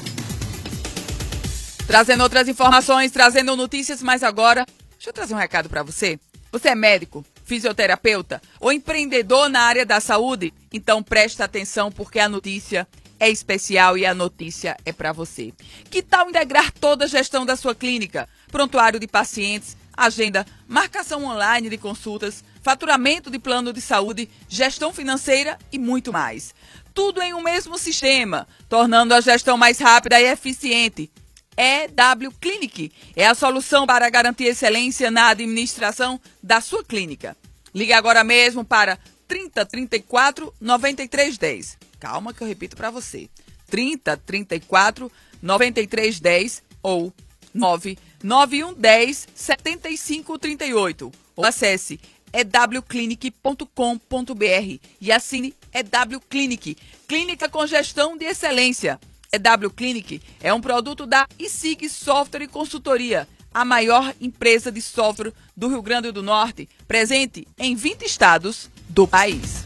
Trazendo outras informações, trazendo notícias, mas agora, deixa eu trazer um recado para você. Você é médico, fisioterapeuta ou empreendedor na área da saúde? Então presta atenção porque a notícia é especial e a notícia é para você. Que tal integrar toda a gestão da sua clínica? Prontuário de pacientes, agenda, marcação online de consultas, faturamento de plano de saúde, gestão financeira e muito mais. Tudo em um mesmo sistema, tornando a gestão mais rápida e eficiente. E W Clinic é a solução para garantir excelência na administração da sua clínica. Ligue agora mesmo para trinta, trinta e quatro, noventa e três, dez. Calma que eu repito para você. trinta, trinta e quatro, noventa e três, dez ou nove nove um um zero, sete cinco três oito. Ou acesse e w clinic ponto com ponto b r e assine E W Clinic, clínica com gestão de excelência. E W Clinic é um produto da I S I G Software e Consultoria, a maior empresa de software do Rio Grande do Norte, presente em vinte estados do país.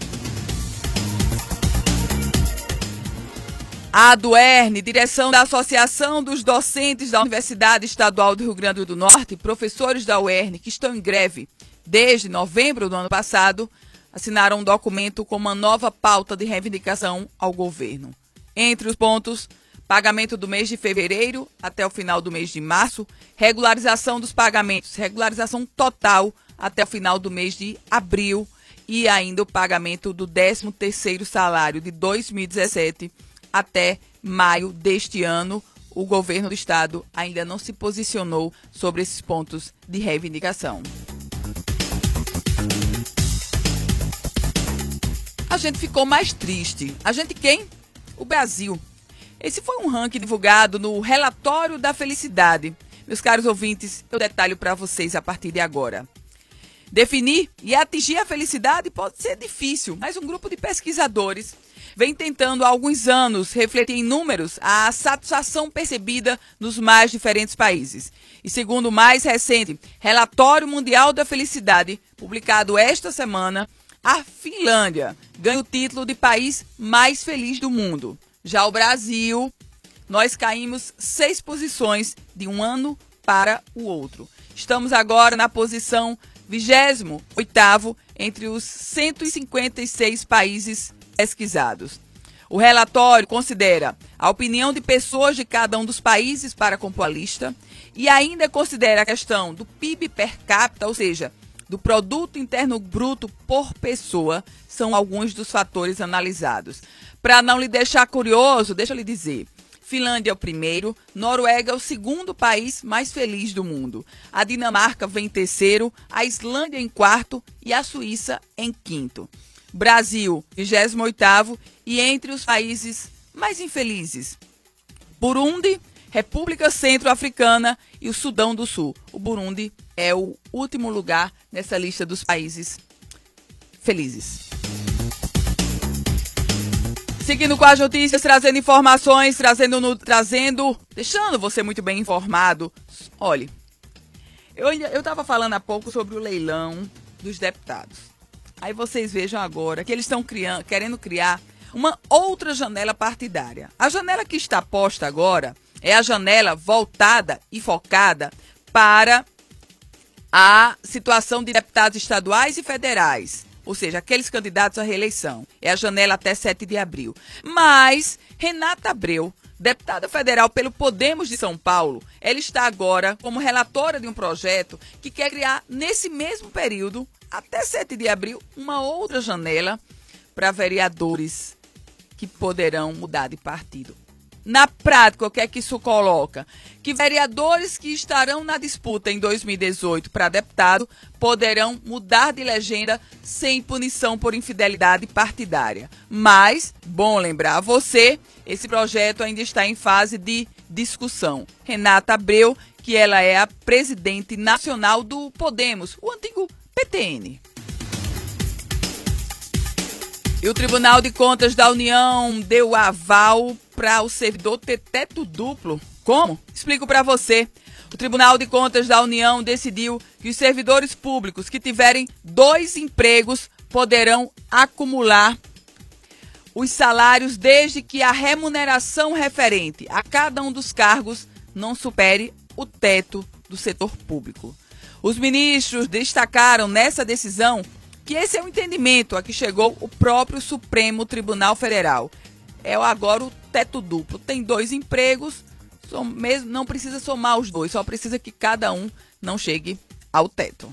A ADUERN, direção da Associação dos Docentes da Universidade Estadual do Rio Grande do Norte, professores da U E R N que estão em greve desde novembro do ano passado, assinaram um documento com uma nova pauta de reivindicação ao governo. Entre os pontos, pagamento do mês de fevereiro até o final do mês de março, regularização dos pagamentos, regularização total até o final do mês de abril e ainda o pagamento do décimo terceiro salário de dois mil e dezessete até maio deste ano. O governo do estado ainda não se posicionou sobre esses pontos de reivindicação. A gente ficou mais triste. A gente quem? O Brasil. Esse foi um ranking divulgado no Relatório da Felicidade. Meus caros ouvintes, eu detalho para vocês a partir de agora. Definir e atingir a felicidade pode ser difícil, mas um grupo de pesquisadores vem tentando há alguns anos refletir em números a satisfação percebida nos mais diferentes países. E segundo o mais recente Relatório Mundial da Felicidade, publicado esta semana, a Finlândia ganha o título de país mais feliz do mundo. Já o Brasil, nós caímos seis posições de um ano para o outro. Estamos agora na posição vigésimo oitavo entre os cento e cinquenta e seis países pesquisados. O relatório considera a opinião de pessoas de cada um dos países para compor a lista e ainda considera a questão do P I B per capita, ou seja, do Produto Interno Bruto por pessoa, são alguns dos fatores analisados. Para não lhe deixar curioso, deixa eu lhe dizer, Finlândia é o primeiro, Noruega é o segundo país mais feliz do mundo. A Dinamarca vem em terceiro, a Islândia em quarto e a Suíça em quinto. Brasil, vigésimo oitavo e entre os países mais infelizes, Burundi, República Centro-Africana e o Sudão do Sul. O Burundi é o último lugar nessa lista dos países felizes. Seguindo com as notícias, trazendo informações, trazendo, no, trazendo, deixando você muito bem informado. Olhe, eu eu estava falando há pouco sobre o leilão dos deputados. Aí vocês vejam agora que eles estão criando, querendo criar uma outra janela partidária. A janela que está posta agora é a janela voltada e focada para a situação de deputados estaduais e federais. Ou seja, aqueles candidatos à reeleição. É a janela até sete de abril. Mas Renata Abreu, deputada federal pelo Podemos de São Paulo, ela está agora como relatora de um projeto que quer criar, nesse mesmo período, até sete de abril, uma outra janela para vereadores que poderão mudar de partido. Na prática, o que é que isso coloca? Que vereadores que estarão na disputa em dois mil e dezoito para deputado poderão mudar de legenda sem punição por infidelidade partidária. Mas, bom lembrar a você, esse projeto ainda está em fase de discussão. Renata Abreu, que ela é a presidente nacional do Podemos, o antigo P T N. E o Tribunal de Contas da União deu aval para o servidor ter teto duplo. Como? Explico para você. O Tribunal de Contas da União decidiu que os servidores públicos que tiverem dois empregos poderão acumular os salários desde que a remuneração referente a cada um dos cargos não supere o teto do setor público. Os ministros destacaram nessa decisão que esse é o entendimento a que chegou o próprio Supremo Tribunal Federal. É agora o teto duplo. Tem dois empregos, mesmo não precisa somar os dois, só precisa que cada um não chegue ao teto.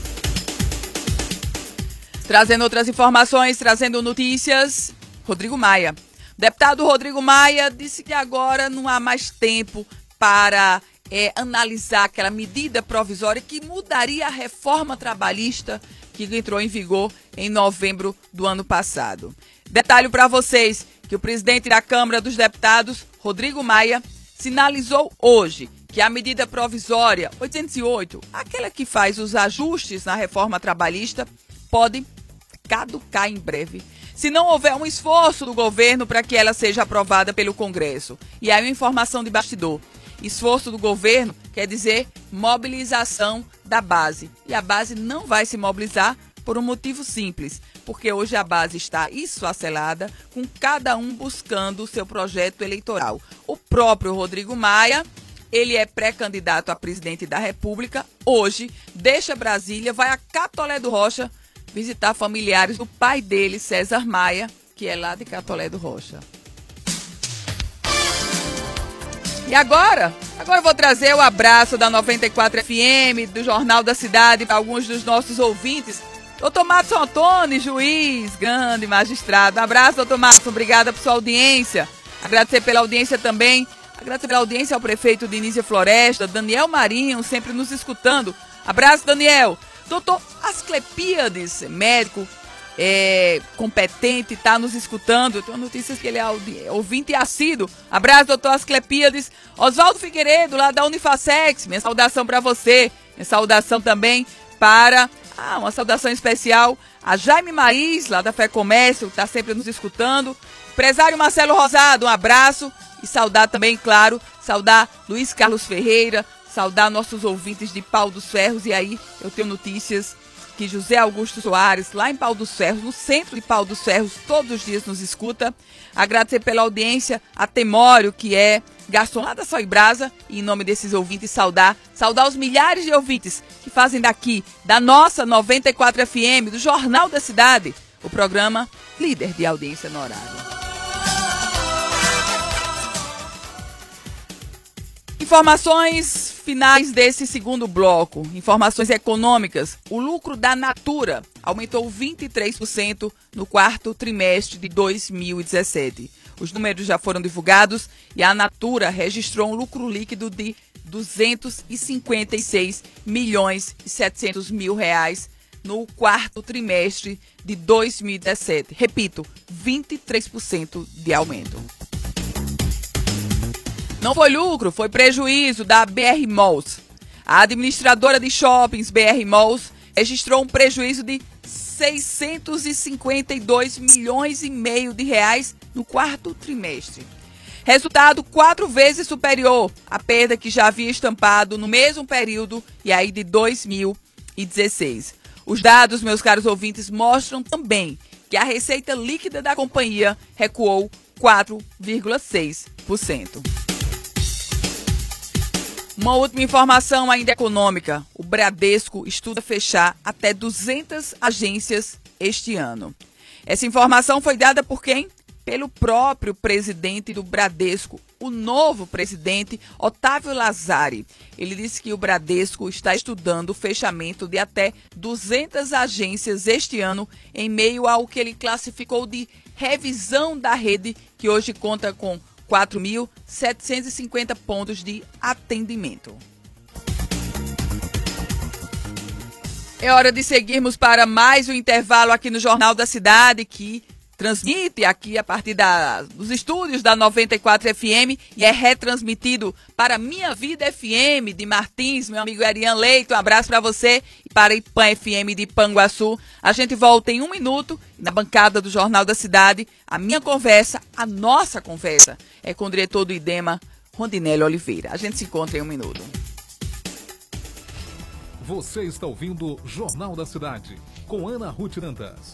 Trazendo outras informações, trazendo notícias, Rodrigo Maia. O deputado Rodrigo Maia disse que agora não há mais tempo para é, analisar aquela medida provisória que mudaria a reforma trabalhista que entrou em vigor em novembro do ano passado. Detalhe para vocês que o presidente da Câmara dos Deputados, Rodrigo Maia, sinalizou hoje que a medida provisória oitocentos e oito, aquela que faz os ajustes na reforma trabalhista, pode caducar em breve, se não houver um esforço do governo para que ela seja aprovada pelo Congresso. E aí uma informação de bastidor. Esforço do governo quer dizer mobilização da base. E a base não vai se mobilizar por um motivo simples, porque hoje a base está esfacelada, com cada um buscando o seu projeto eleitoral. O próprio Rodrigo Maia, ele é pré-candidato a presidente da República, hoje deixa Brasília, vai a Catolé do Rocha visitar familiares do pai dele, César Maia, que é lá de Catolé do Rocha. E agora? Agora eu vou trazer o abraço da noventa e quatro F M, do Jornal da Cidade, para alguns dos nossos ouvintes. Doutor Madson Antônio, juiz, grande magistrado. Um abraço, doutor Madson, obrigada por sua audiência. Agradecer pela audiência também. Agradecer pela audiência ao prefeito Dinísia Floresta, Daniel Marinho, sempre nos escutando. Abraço, Daniel. Doutor Asclepíades, médico é, competente, está nos escutando. Eu tenho notícias que ele é ouvinte e assíduo. Abraço, doutor Asclepíades. Oswaldo Figueiredo, lá da Unifacex. Minha saudação para você. Minha saudação também para... Ah, uma saudação especial a Jaime Maís, lá da Fé Comércio, que está sempre nos escutando. Empresário Marcelo Rosado, um abraço. E saudar também, claro, saudar Luiz Carlos Ferreira, saudar nossos ouvintes de Pau dos Ferros. E aí eu tenho notícias que José Augusto Soares, lá em Pau dos Ferros, no centro de Pau dos Ferros, todos os dias nos escuta. Agradecer pela audiência a Temório, que é garçom lá da Sol e Brasa, e em nome desses ouvintes saudar, saudar os milhares de ouvintes que fazem daqui, da nossa noventa e quatro F M, do Jornal da Cidade, o programa líder de audiência no horário. Informações finais desse segundo bloco, informações econômicas. O lucro da Natura aumentou vinte e três por cento no quarto trimestre de dois mil e dezessete. Os números já foram divulgados e a Natura registrou um lucro líquido de duzentos e cinquenta e seis milhões e setecentos mil reais no quarto trimestre de dois mil e dezessete. Repito, vinte e três por cento de aumento. Não foi lucro, foi prejuízo da B R Malls. A administradora de shoppings B R Malls registrou um prejuízo de seiscentos e cinquenta e dois milhões e meio de reais no quarto trimestre. Resultado quatro vezes superior à perda que já havia estampado no mesmo período e aí de dois mil e dezesseis. Os dados, meus caros ouvintes, mostram também que a receita líquida da companhia recuou quatro vírgula seis por cento. Uma última informação ainda econômica. O Bradesco estuda fechar até duzentas agências este ano. Essa informação foi dada por quem? Pelo próprio presidente do Bradesco, o novo presidente, Otávio Lazari. Ele disse que o Bradesco está estudando o fechamento de até duzentas agências este ano, em meio ao que ele classificou de revisão da rede, que hoje conta com quatro mil setecentos e cinquenta pontos de atendimento. É hora de seguirmos para mais um intervalo aqui no Jornal da Cidade, que transmite aqui a partir da, dos estúdios da noventa e quatro F M e é retransmitido para Minha Vida F M de Martins, meu amigo Arian Leite, um abraço para você, e para Ipan F M de Panguaçu. A gente volta em um minuto na bancada do Jornal da Cidade. A minha conversa, a nossa conversa, é com o diretor do IDEMA, Rondinelli Oliveira. A gente se encontra em um minuto. Você está ouvindo Jornal da Cidade, com Ana Ruth Dantas.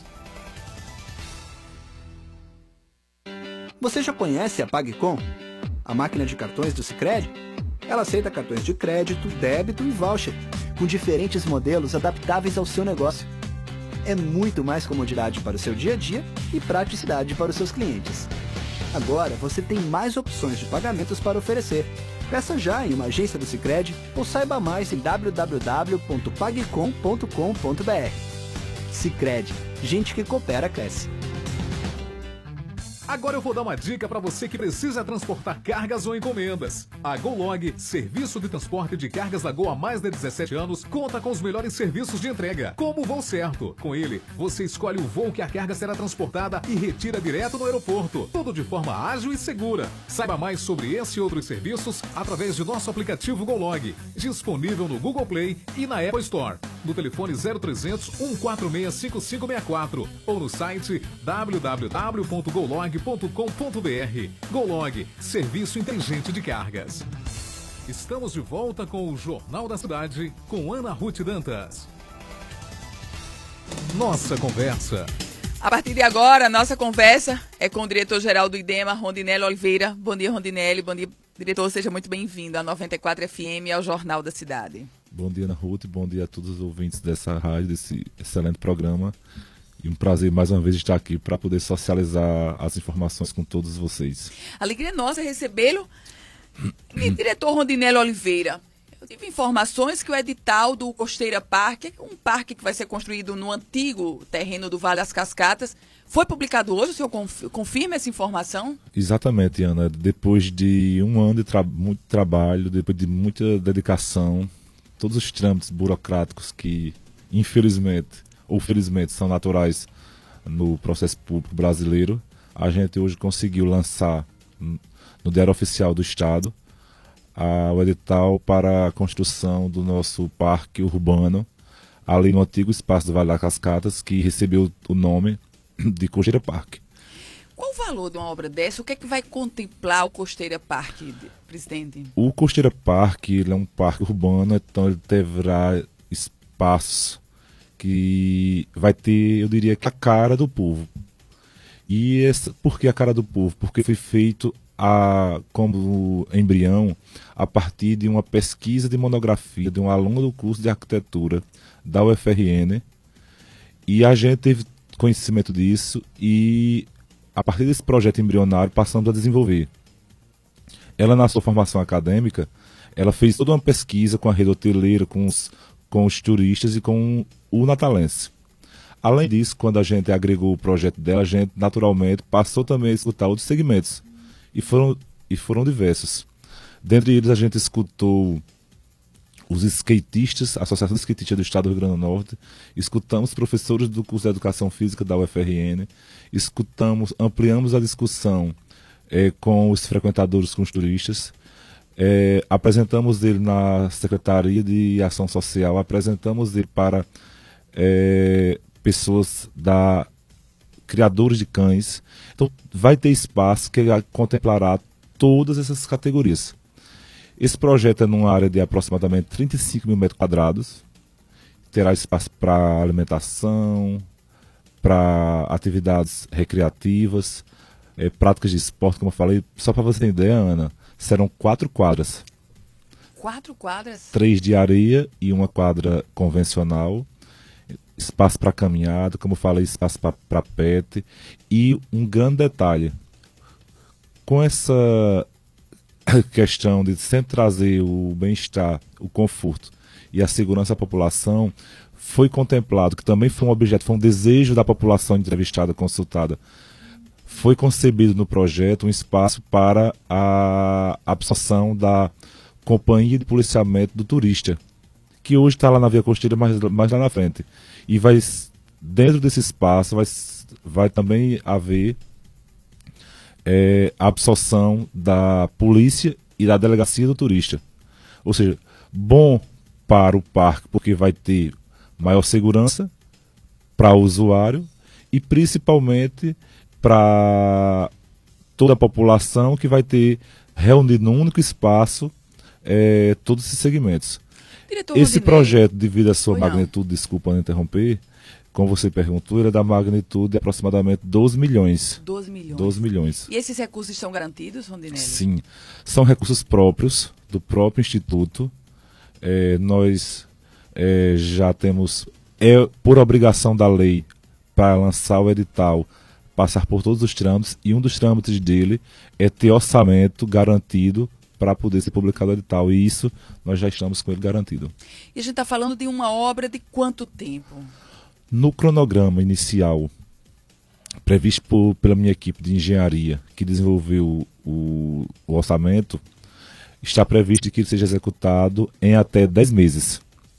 Você já conhece a PagCom? A máquina de cartões do Sicredi? Ela aceita cartões de crédito, débito e voucher, com diferentes modelos adaptáveis ao seu negócio. É muito mais comodidade para o seu dia a dia e praticidade para os seus clientes. Agora você tem mais opções de pagamentos para oferecer. Peça já em uma agência do Sicredi ou saiba mais em w w w ponto pagcom ponto com ponto b r. Sicredi, gente que coopera cresce. Agora eu vou dar uma dica para você que precisa transportar cargas ou encomendas. A GoLog, serviço de transporte de cargas da Gol há mais de dezessete anos, conta com os melhores serviços de entrega, como o Voo Certo. Com ele, você escolhe o voo que a carga será transportada e retira direto no aeroporto. Tudo de forma ágil e segura. Saiba mais sobre esse e outros serviços através de nosso aplicativo GoLog, disponível no Google Play e na Apple Store. No telefone zero trezentos, um quatro seis, cinco cinco seis quatro ou no site w w w ponto golog ponto com ponto b r. GoLog, serviço inteligente de cargas. Estamos de volta com o Jornal da Cidade, com Ana Ruth Dantas. Nossa conversa. A partir de agora, nossa conversa é com o diretor-geral do IDEMA, Rondinelli Oliveira. Bom dia, Rondinelli. Bom dia, diretor. Seja muito bem-vindo à noventa e quatro F M e ao Jornal da Cidade. Bom dia, Ana Ruth. Bom dia a todos os ouvintes dessa rádio, desse excelente programa. E um prazer mais uma vez estar aqui para poder socializar as informações com todos vocês. Alegria nossa recebê-lo. Diretor Rondinelli Oliveira, eu tive informações que o edital do Costeira Parque, um parque que vai ser construído no antigo terreno do Vale das Cascatas, foi publicado hoje. O senhor confirma essa informação? Exatamente, Ana. Depois de um ano de tra- muito trabalho, depois de muita dedicação, todos os trâmites burocráticos que, infelizmente ou felizmente, são naturais no processo público brasileiro, a gente hoje conseguiu lançar no Diário Oficial do Estado a, o edital para a construção do nosso parque urbano, ali no antigo espaço do Vale das Cascatas, que recebeu o nome de Costeira Parque. Qual o valor de uma obra dessa? O que é que vai contemplar o Costeira Parque, presidente? O Costeira Parque ele é um parque urbano, então ele terá espaços que vai ter, eu diria, que a cara do povo. E essa, por que a cara do povo? Porque foi feito a, como embrião a partir de uma pesquisa de monografia de um aluno do curso de arquitetura da U F R N, e a gente teve conhecimento disso e a partir desse projeto embrionário passamos a desenvolver. Ela, na sua formação acadêmica, ela fez toda uma pesquisa com a rede hoteleira, com os com os turistas e com o natalense. Além disso, quando a gente agregou o projeto dela, a gente naturalmente passou também a escutar outros segmentos, e foram, e foram diversos. Dentre eles, a gente escutou os skatistas, a Associação de Skatistas do Estado do Rio Grande do Norte, escutamos professores do curso de Educação Física da U F R N, escutamos, ampliamos a discussão é, com os frequentadores, com os turistas. É, apresentamos ele na Secretaria de Ação Social, apresentamos ele para é, pessoas da criadores de cães. Então, vai ter espaço que contemplará todas essas categorias. Esse projeto é numa área de aproximadamente trinta e cinco mil metros quadrados. Terá espaço para alimentação, para atividades recreativas, é, práticas de esporte, como eu falei. Só para você ter ideia, Ana, serão quatro quadras. Quatro quadras? Três de areia e uma quadra convencional. Espaço para caminhada, como eu falei, espaço para pet. E um grande detalhe, com essa questão de sempre trazer o bem-estar, o conforto e a segurança à população, foi contemplado, que também foi um objeto, foi um desejo da população entrevistada, consultada, foi concebido no projeto um espaço para a absorção da companhia de policiamento do turista, que hoje está lá na Via Costeira, mas mais lá na frente. E vai, dentro desse espaço vai, vai também haver é, a absorção da polícia e da delegacia do turista. Ou seja, bom para o parque, porque vai ter maior segurança para o usuário e principalmente para toda a população, que vai ter reunido num único espaço é, todos esses segmentos. Diretor Esse Rodinei, projeto, devido à sua Oi, magnitude, não. desculpa não interromper, como você perguntou, ele é da magnitude de aproximadamente doze milhões. doze milhões. doze milhões. E esses recursos estão garantidos, Rondinelli? Sim, são recursos próprios do próprio Instituto. É, nós é, já temos, é por obrigação da lei, para lançar o edital, passar por todos os trâmites, e um dos trâmites dele é ter orçamento garantido para poder ser publicado o edital, e isso nós já estamos com ele garantido. E a gente está falando de uma obra de quanto tempo? No cronograma inicial, previsto por, pela minha equipe de engenharia, que desenvolveu o, o orçamento, está previsto que ele seja executado em até dez meses.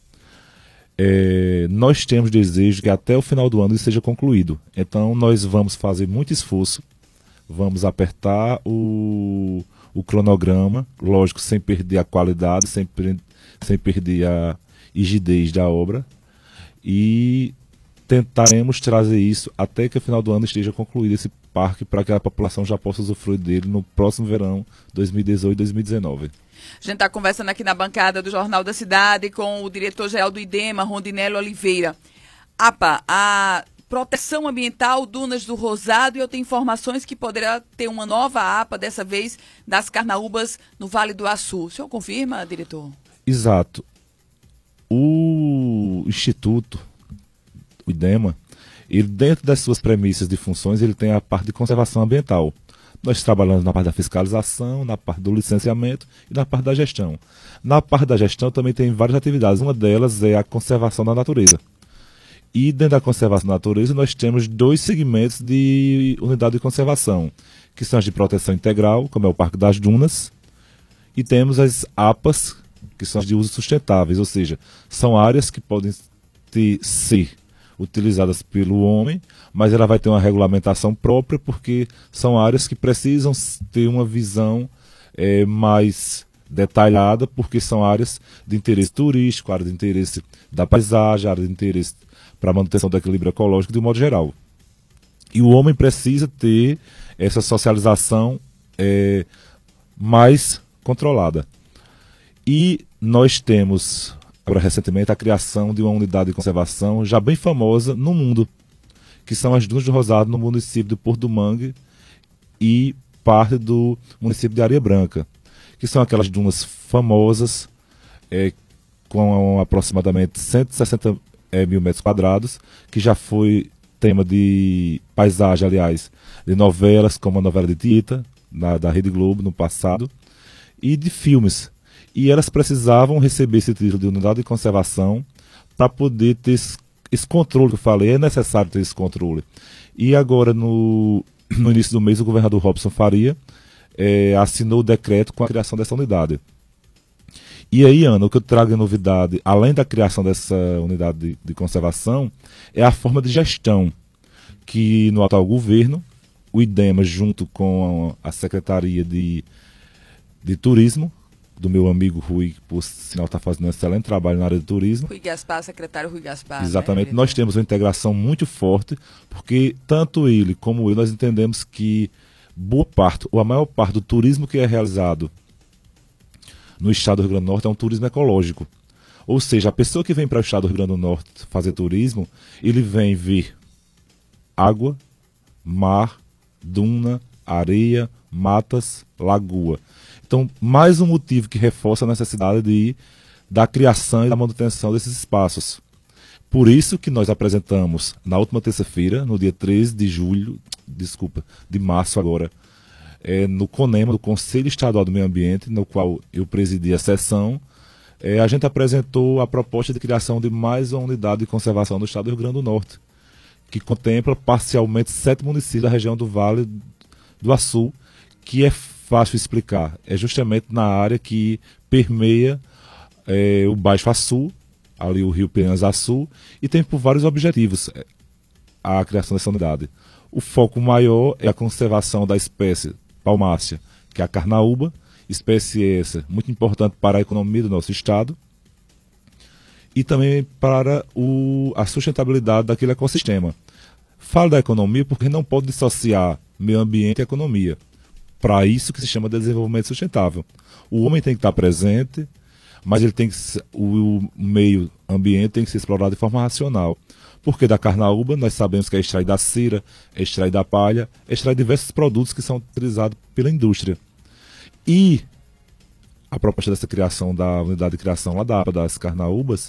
É, nós temos desejo que até o final do ano ele seja concluído. Então nós vamos fazer muito esforço, vamos apertar o, o cronograma, lógico, sem perder a qualidade, sem, sem perder a rigidez da obra, e tentaremos trazer isso até que o final do ano esteja concluído esse parque, para que a população já possa usufruir dele no próximo verão dois mil e dezoito, dois mil e dezenove. A gente está conversando aqui na bancada do Jornal da Cidade com o diretor-geral do IDEMA, Rondinelli Oliveira. A P A, a proteção ambiental Dunas do Rosado, e eu tenho informações que poderá ter uma nova A P A, dessa vez das Carnaúbas no Vale do Açu. O senhor confirma, diretor? Exato. O Instituto, o IDEMA, ele, dentro das suas premissas de funções, ele tem a parte de conservação ambiental. Nós trabalhamos na parte da fiscalização, na parte do licenciamento e na parte da gestão. Na parte da gestão também tem várias atividades. Uma delas é a conservação da natureza. E dentro da conservação da natureza nós temos dois segmentos de unidade de conservação, que são as de proteção integral, como é o Parque das Dunas, e temos as A P As, que são as de uso sustentáveis, ou seja, são áreas que podem ter, ser utilizadas pelo homem, mas ela vai ter uma regulamentação própria, porque são áreas que precisam ter uma visão é, mais detalhada, porque são áreas de interesse turístico, área de interesse da paisagem, área de interesse para a manutenção do equilíbrio ecológico de um modo geral. E o homem precisa ter essa socialização é, mais controlada. E nós temos, agora recentemente, a criação de uma unidade de conservação já bem famosa no mundo, que são as Dunas do Rosado, no município de Porto do Mangue e parte do município de Areia Branca, que são aquelas dunas famosas, é, com aproximadamente cento e sessenta é, mil metros quadrados, que já foi tema de paisagem, aliás, de novelas, como a novela de Tita, na, da Rede Globo, no passado, e de filmes. E elas precisavam receber esse título de unidade de conservação para poder ter esse, esse controle que eu falei. É necessário ter esse controle. E agora, no, no início do mês, o governador Robson Faria é, assinou o decreto com a criação dessa unidade. E aí, Ana, o que eu trago de novidade, além da criação dessa unidade de, de conservação, é a forma de gestão, que no atual governo, o IDEMA, junto com a Secretaria de, de Turismo, do meu amigo Rui, que por sinal está fazendo um excelente trabalho na área de turismo. Rui Gaspar, secretário Rui Gaspar. Exatamente, Né, nós temos uma integração muito forte, porque tanto ele como eu, nós entendemos que boa parte, ou a maior parte do turismo que é realizado no estado do Rio Grande do Norte é um turismo ecológico. Ou seja, a pessoa que vem para o estado do Rio Grande do Norte fazer turismo, ele vem ver água, mar, duna, areia, matas, lagoa. Então, mais um motivo que reforça a necessidade de, da criação e da manutenção desses espaços. Por isso que nós apresentamos, na última terça-feira, no dia treze de julho, desculpa, de março agora, é, no CONEMA, do Conselho Estadual do Meio Ambiente, no qual eu presidi a sessão, é, a gente apresentou a proposta de criação de mais uma unidade de conservação do estado do Rio Grande do Norte, que contempla parcialmente sete municípios da região do Vale do Açu, que é fácil explicar, é justamente na área que permeia é, o Baixo Açu, ali o rio Piranhas-Açu, e tem por vários objetivos a criação dessa unidade. O foco maior é a conservação da espécie palmácea, que é a carnaúba, espécie essa muito importante para a economia do nosso estado e também para o, a sustentabilidade daquele ecossistema. Falo da economia porque não pode dissociar meio ambiente e economia. Para isso que se chama de desenvolvimento sustentável. O homem tem que estar presente, mas ele tem que, o, o meio ambiente tem que ser explorado de forma racional. Porque da carnaúba nós sabemos que é extraída da cera, é extraída da palha, é extraída diversos produtos que são utilizados pela indústria. E a proposta dessa criação da unidade de criação lá da APA das carnaúbas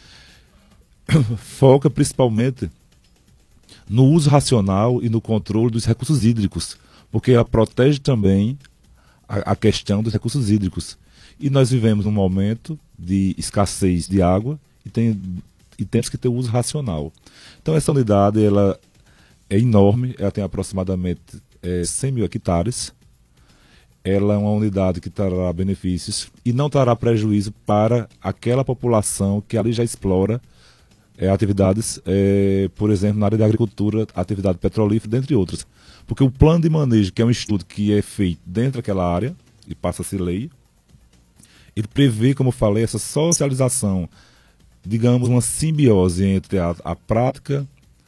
foca principalmente no uso racional e no controle dos recursos hídricos, porque ela protege também a, a questão dos recursos hídricos. E nós vivemos num momento de escassez de água e, tem, e temos que ter o uso racional. Então essa unidade ela é enorme, ela tem aproximadamente é, cem mil hectares. Ela é uma unidade que trará benefícios e não trará prejuízo para aquela população que ali já explora é, atividades, é, por exemplo, na área da agricultura, atividade petrolífera, dentre outras. Porque o plano de manejo, que é um estudo que é feito dentro daquela área, e passa a ser lei, ele prevê, como eu falei, essa socialização, digamos, uma simbiose entre a, a prática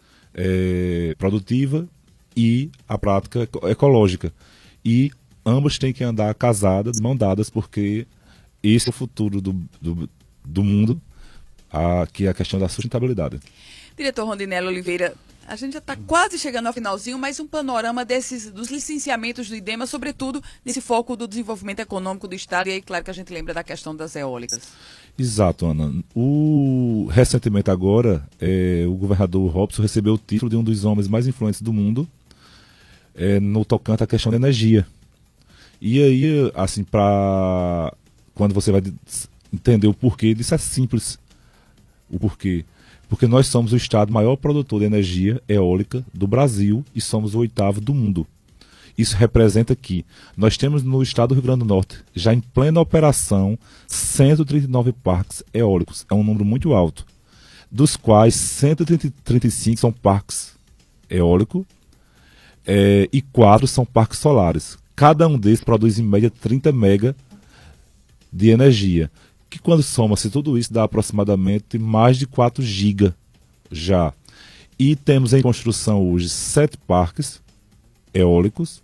é, produtiva e a prática ecológica. E ambas têm que andar casadas, de mão dadas, porque esse é o futuro do, do, do mundo, a, que é a questão da sustentabilidade. Diretor Rondinello Oliveira, a gente já está quase chegando ao finalzinho, mas um panorama desses, dos licenciamentos do IDEMA, sobretudo nesse foco do desenvolvimento econômico do Estado, e aí claro que a gente lembra da questão das eólicas. Exato, Ana. O, recentemente agora, é, o governador Robson recebeu o título de um dos homens mais influentes do mundo, é, no tocante à questão da energia. E aí, assim, para quando você vai entender o porquê, isso é simples. O porquê. Porque nós somos o estado maior produtor de energia eólica do Brasil e somos o oitavo do mundo. Isso representa que nós temos no estado do Rio Grande do Norte, já em plena operação, cento e trinta e nove parques eólicos. É um número muito alto. Dos quais cento e trinta e cinco são parques eólicos é, e quatro são parques solares. Cada um desses produz em média trinta mega de energia, que quando soma-se tudo isso dá aproximadamente mais de quatro gigas já. E temos em construção hoje sete parques eólicos.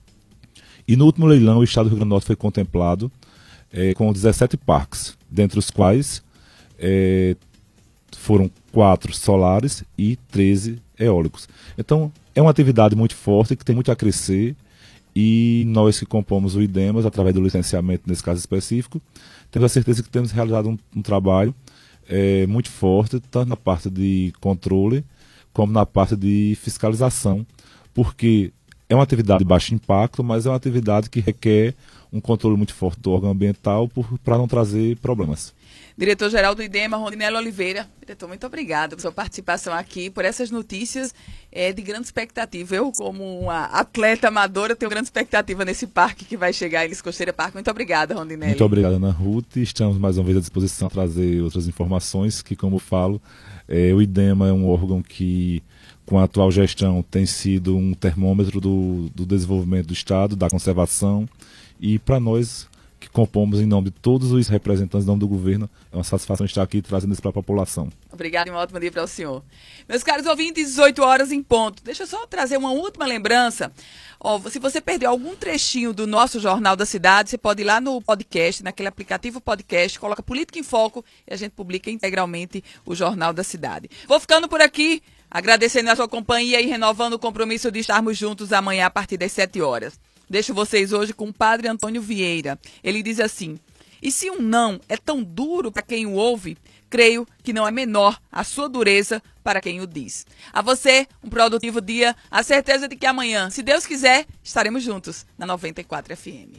E no último leilão o estado do Rio Grande do Norte foi contemplado é, com dezessete parques, dentre os quais é, foram quatro solares e treze eólicos. Então é uma atividade muito forte que tem muito a crescer. E nós que compomos o IDEMAS, através do licenciamento, nesse caso específico, temos a certeza que temos realizado um, um trabalho é, muito forte, tanto na parte de controle, como na parte de fiscalização, porque é uma atividade de baixo impacto, mas é uma atividade que requer um controle muito forte do órgão ambiental para não trazer problemas. Diretor-geral do IDEMA, Rondinello Oliveira. Diretor, muito obrigada por sua participação aqui, por essas notícias é, de grande expectativa. Eu, como uma atleta amadora, tenho grande expectativa nesse parque que vai chegar em Ilha Costeira Parque. Muito obrigada, Rondinello. Muito obrigada, Ana Ruth. Estamos mais uma vez à disposição para trazer outras informações que, como eu falo, é, o IDEMA é um órgão que, com a atual gestão, tem sido um termômetro do, do desenvolvimento do Estado, da conservação, e para nós que compomos em nome de todos os representantes, em nome do governo. É uma satisfação estar aqui trazendo isso para a população. Obrigada e um ótimo dia para o senhor. Meus caros ouvintes, dezoito horas em ponto. Deixa eu só trazer uma última lembrança. Ó, se você perdeu algum trechinho do nosso Jornal da Cidade, você pode ir lá no podcast, naquele aplicativo podcast, coloca Política em Foco e a gente publica integralmente o Jornal da Cidade. Vou ficando por aqui, agradecendo a sua companhia e renovando o compromisso de estarmos juntos amanhã a partir das sete horas. Deixo vocês hoje com o Padre Antônio Vieira. Ele diz assim: e se um não é tão duro para quem o ouve, creio que não é menor a sua dureza para quem o diz. A você, um produtivo dia, a certeza de que amanhã, se Deus quiser, estaremos juntos na noventa e quatro F M.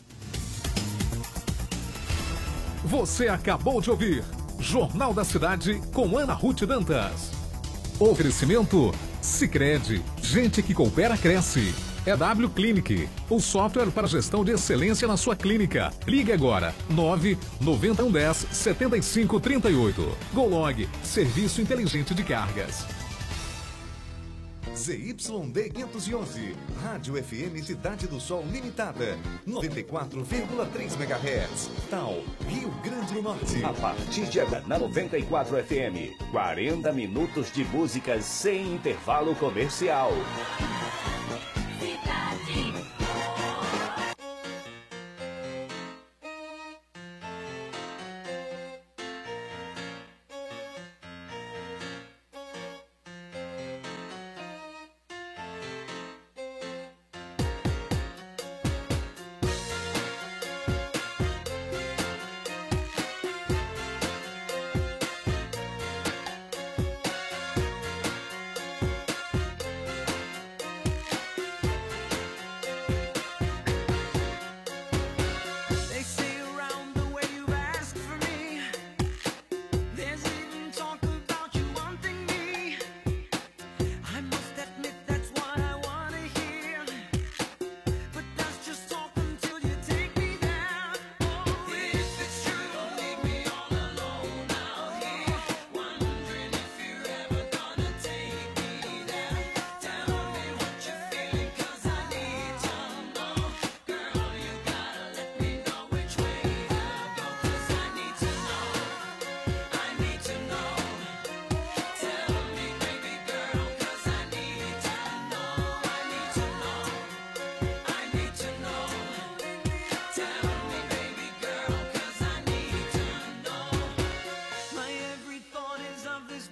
Você acabou de ouvir Jornal da Cidade com Ana Ruth Dantas. Oferecimento Sicredi, gente que coopera cresce. E W Clinic, o software para gestão de excelência na sua clínica. Ligue agora, nove nove um um zero sete cinco três oito. Golog, serviço inteligente de cargas. Z Y D quinhentos e onze, Rádio F M Cidade do Sol Limitada, noventa e quatro vírgula três megahertz, Tal, Rio Grande do Norte. A partir de agora, na noventa e quatro F M, quarenta minutos de músicas sem intervalo comercial.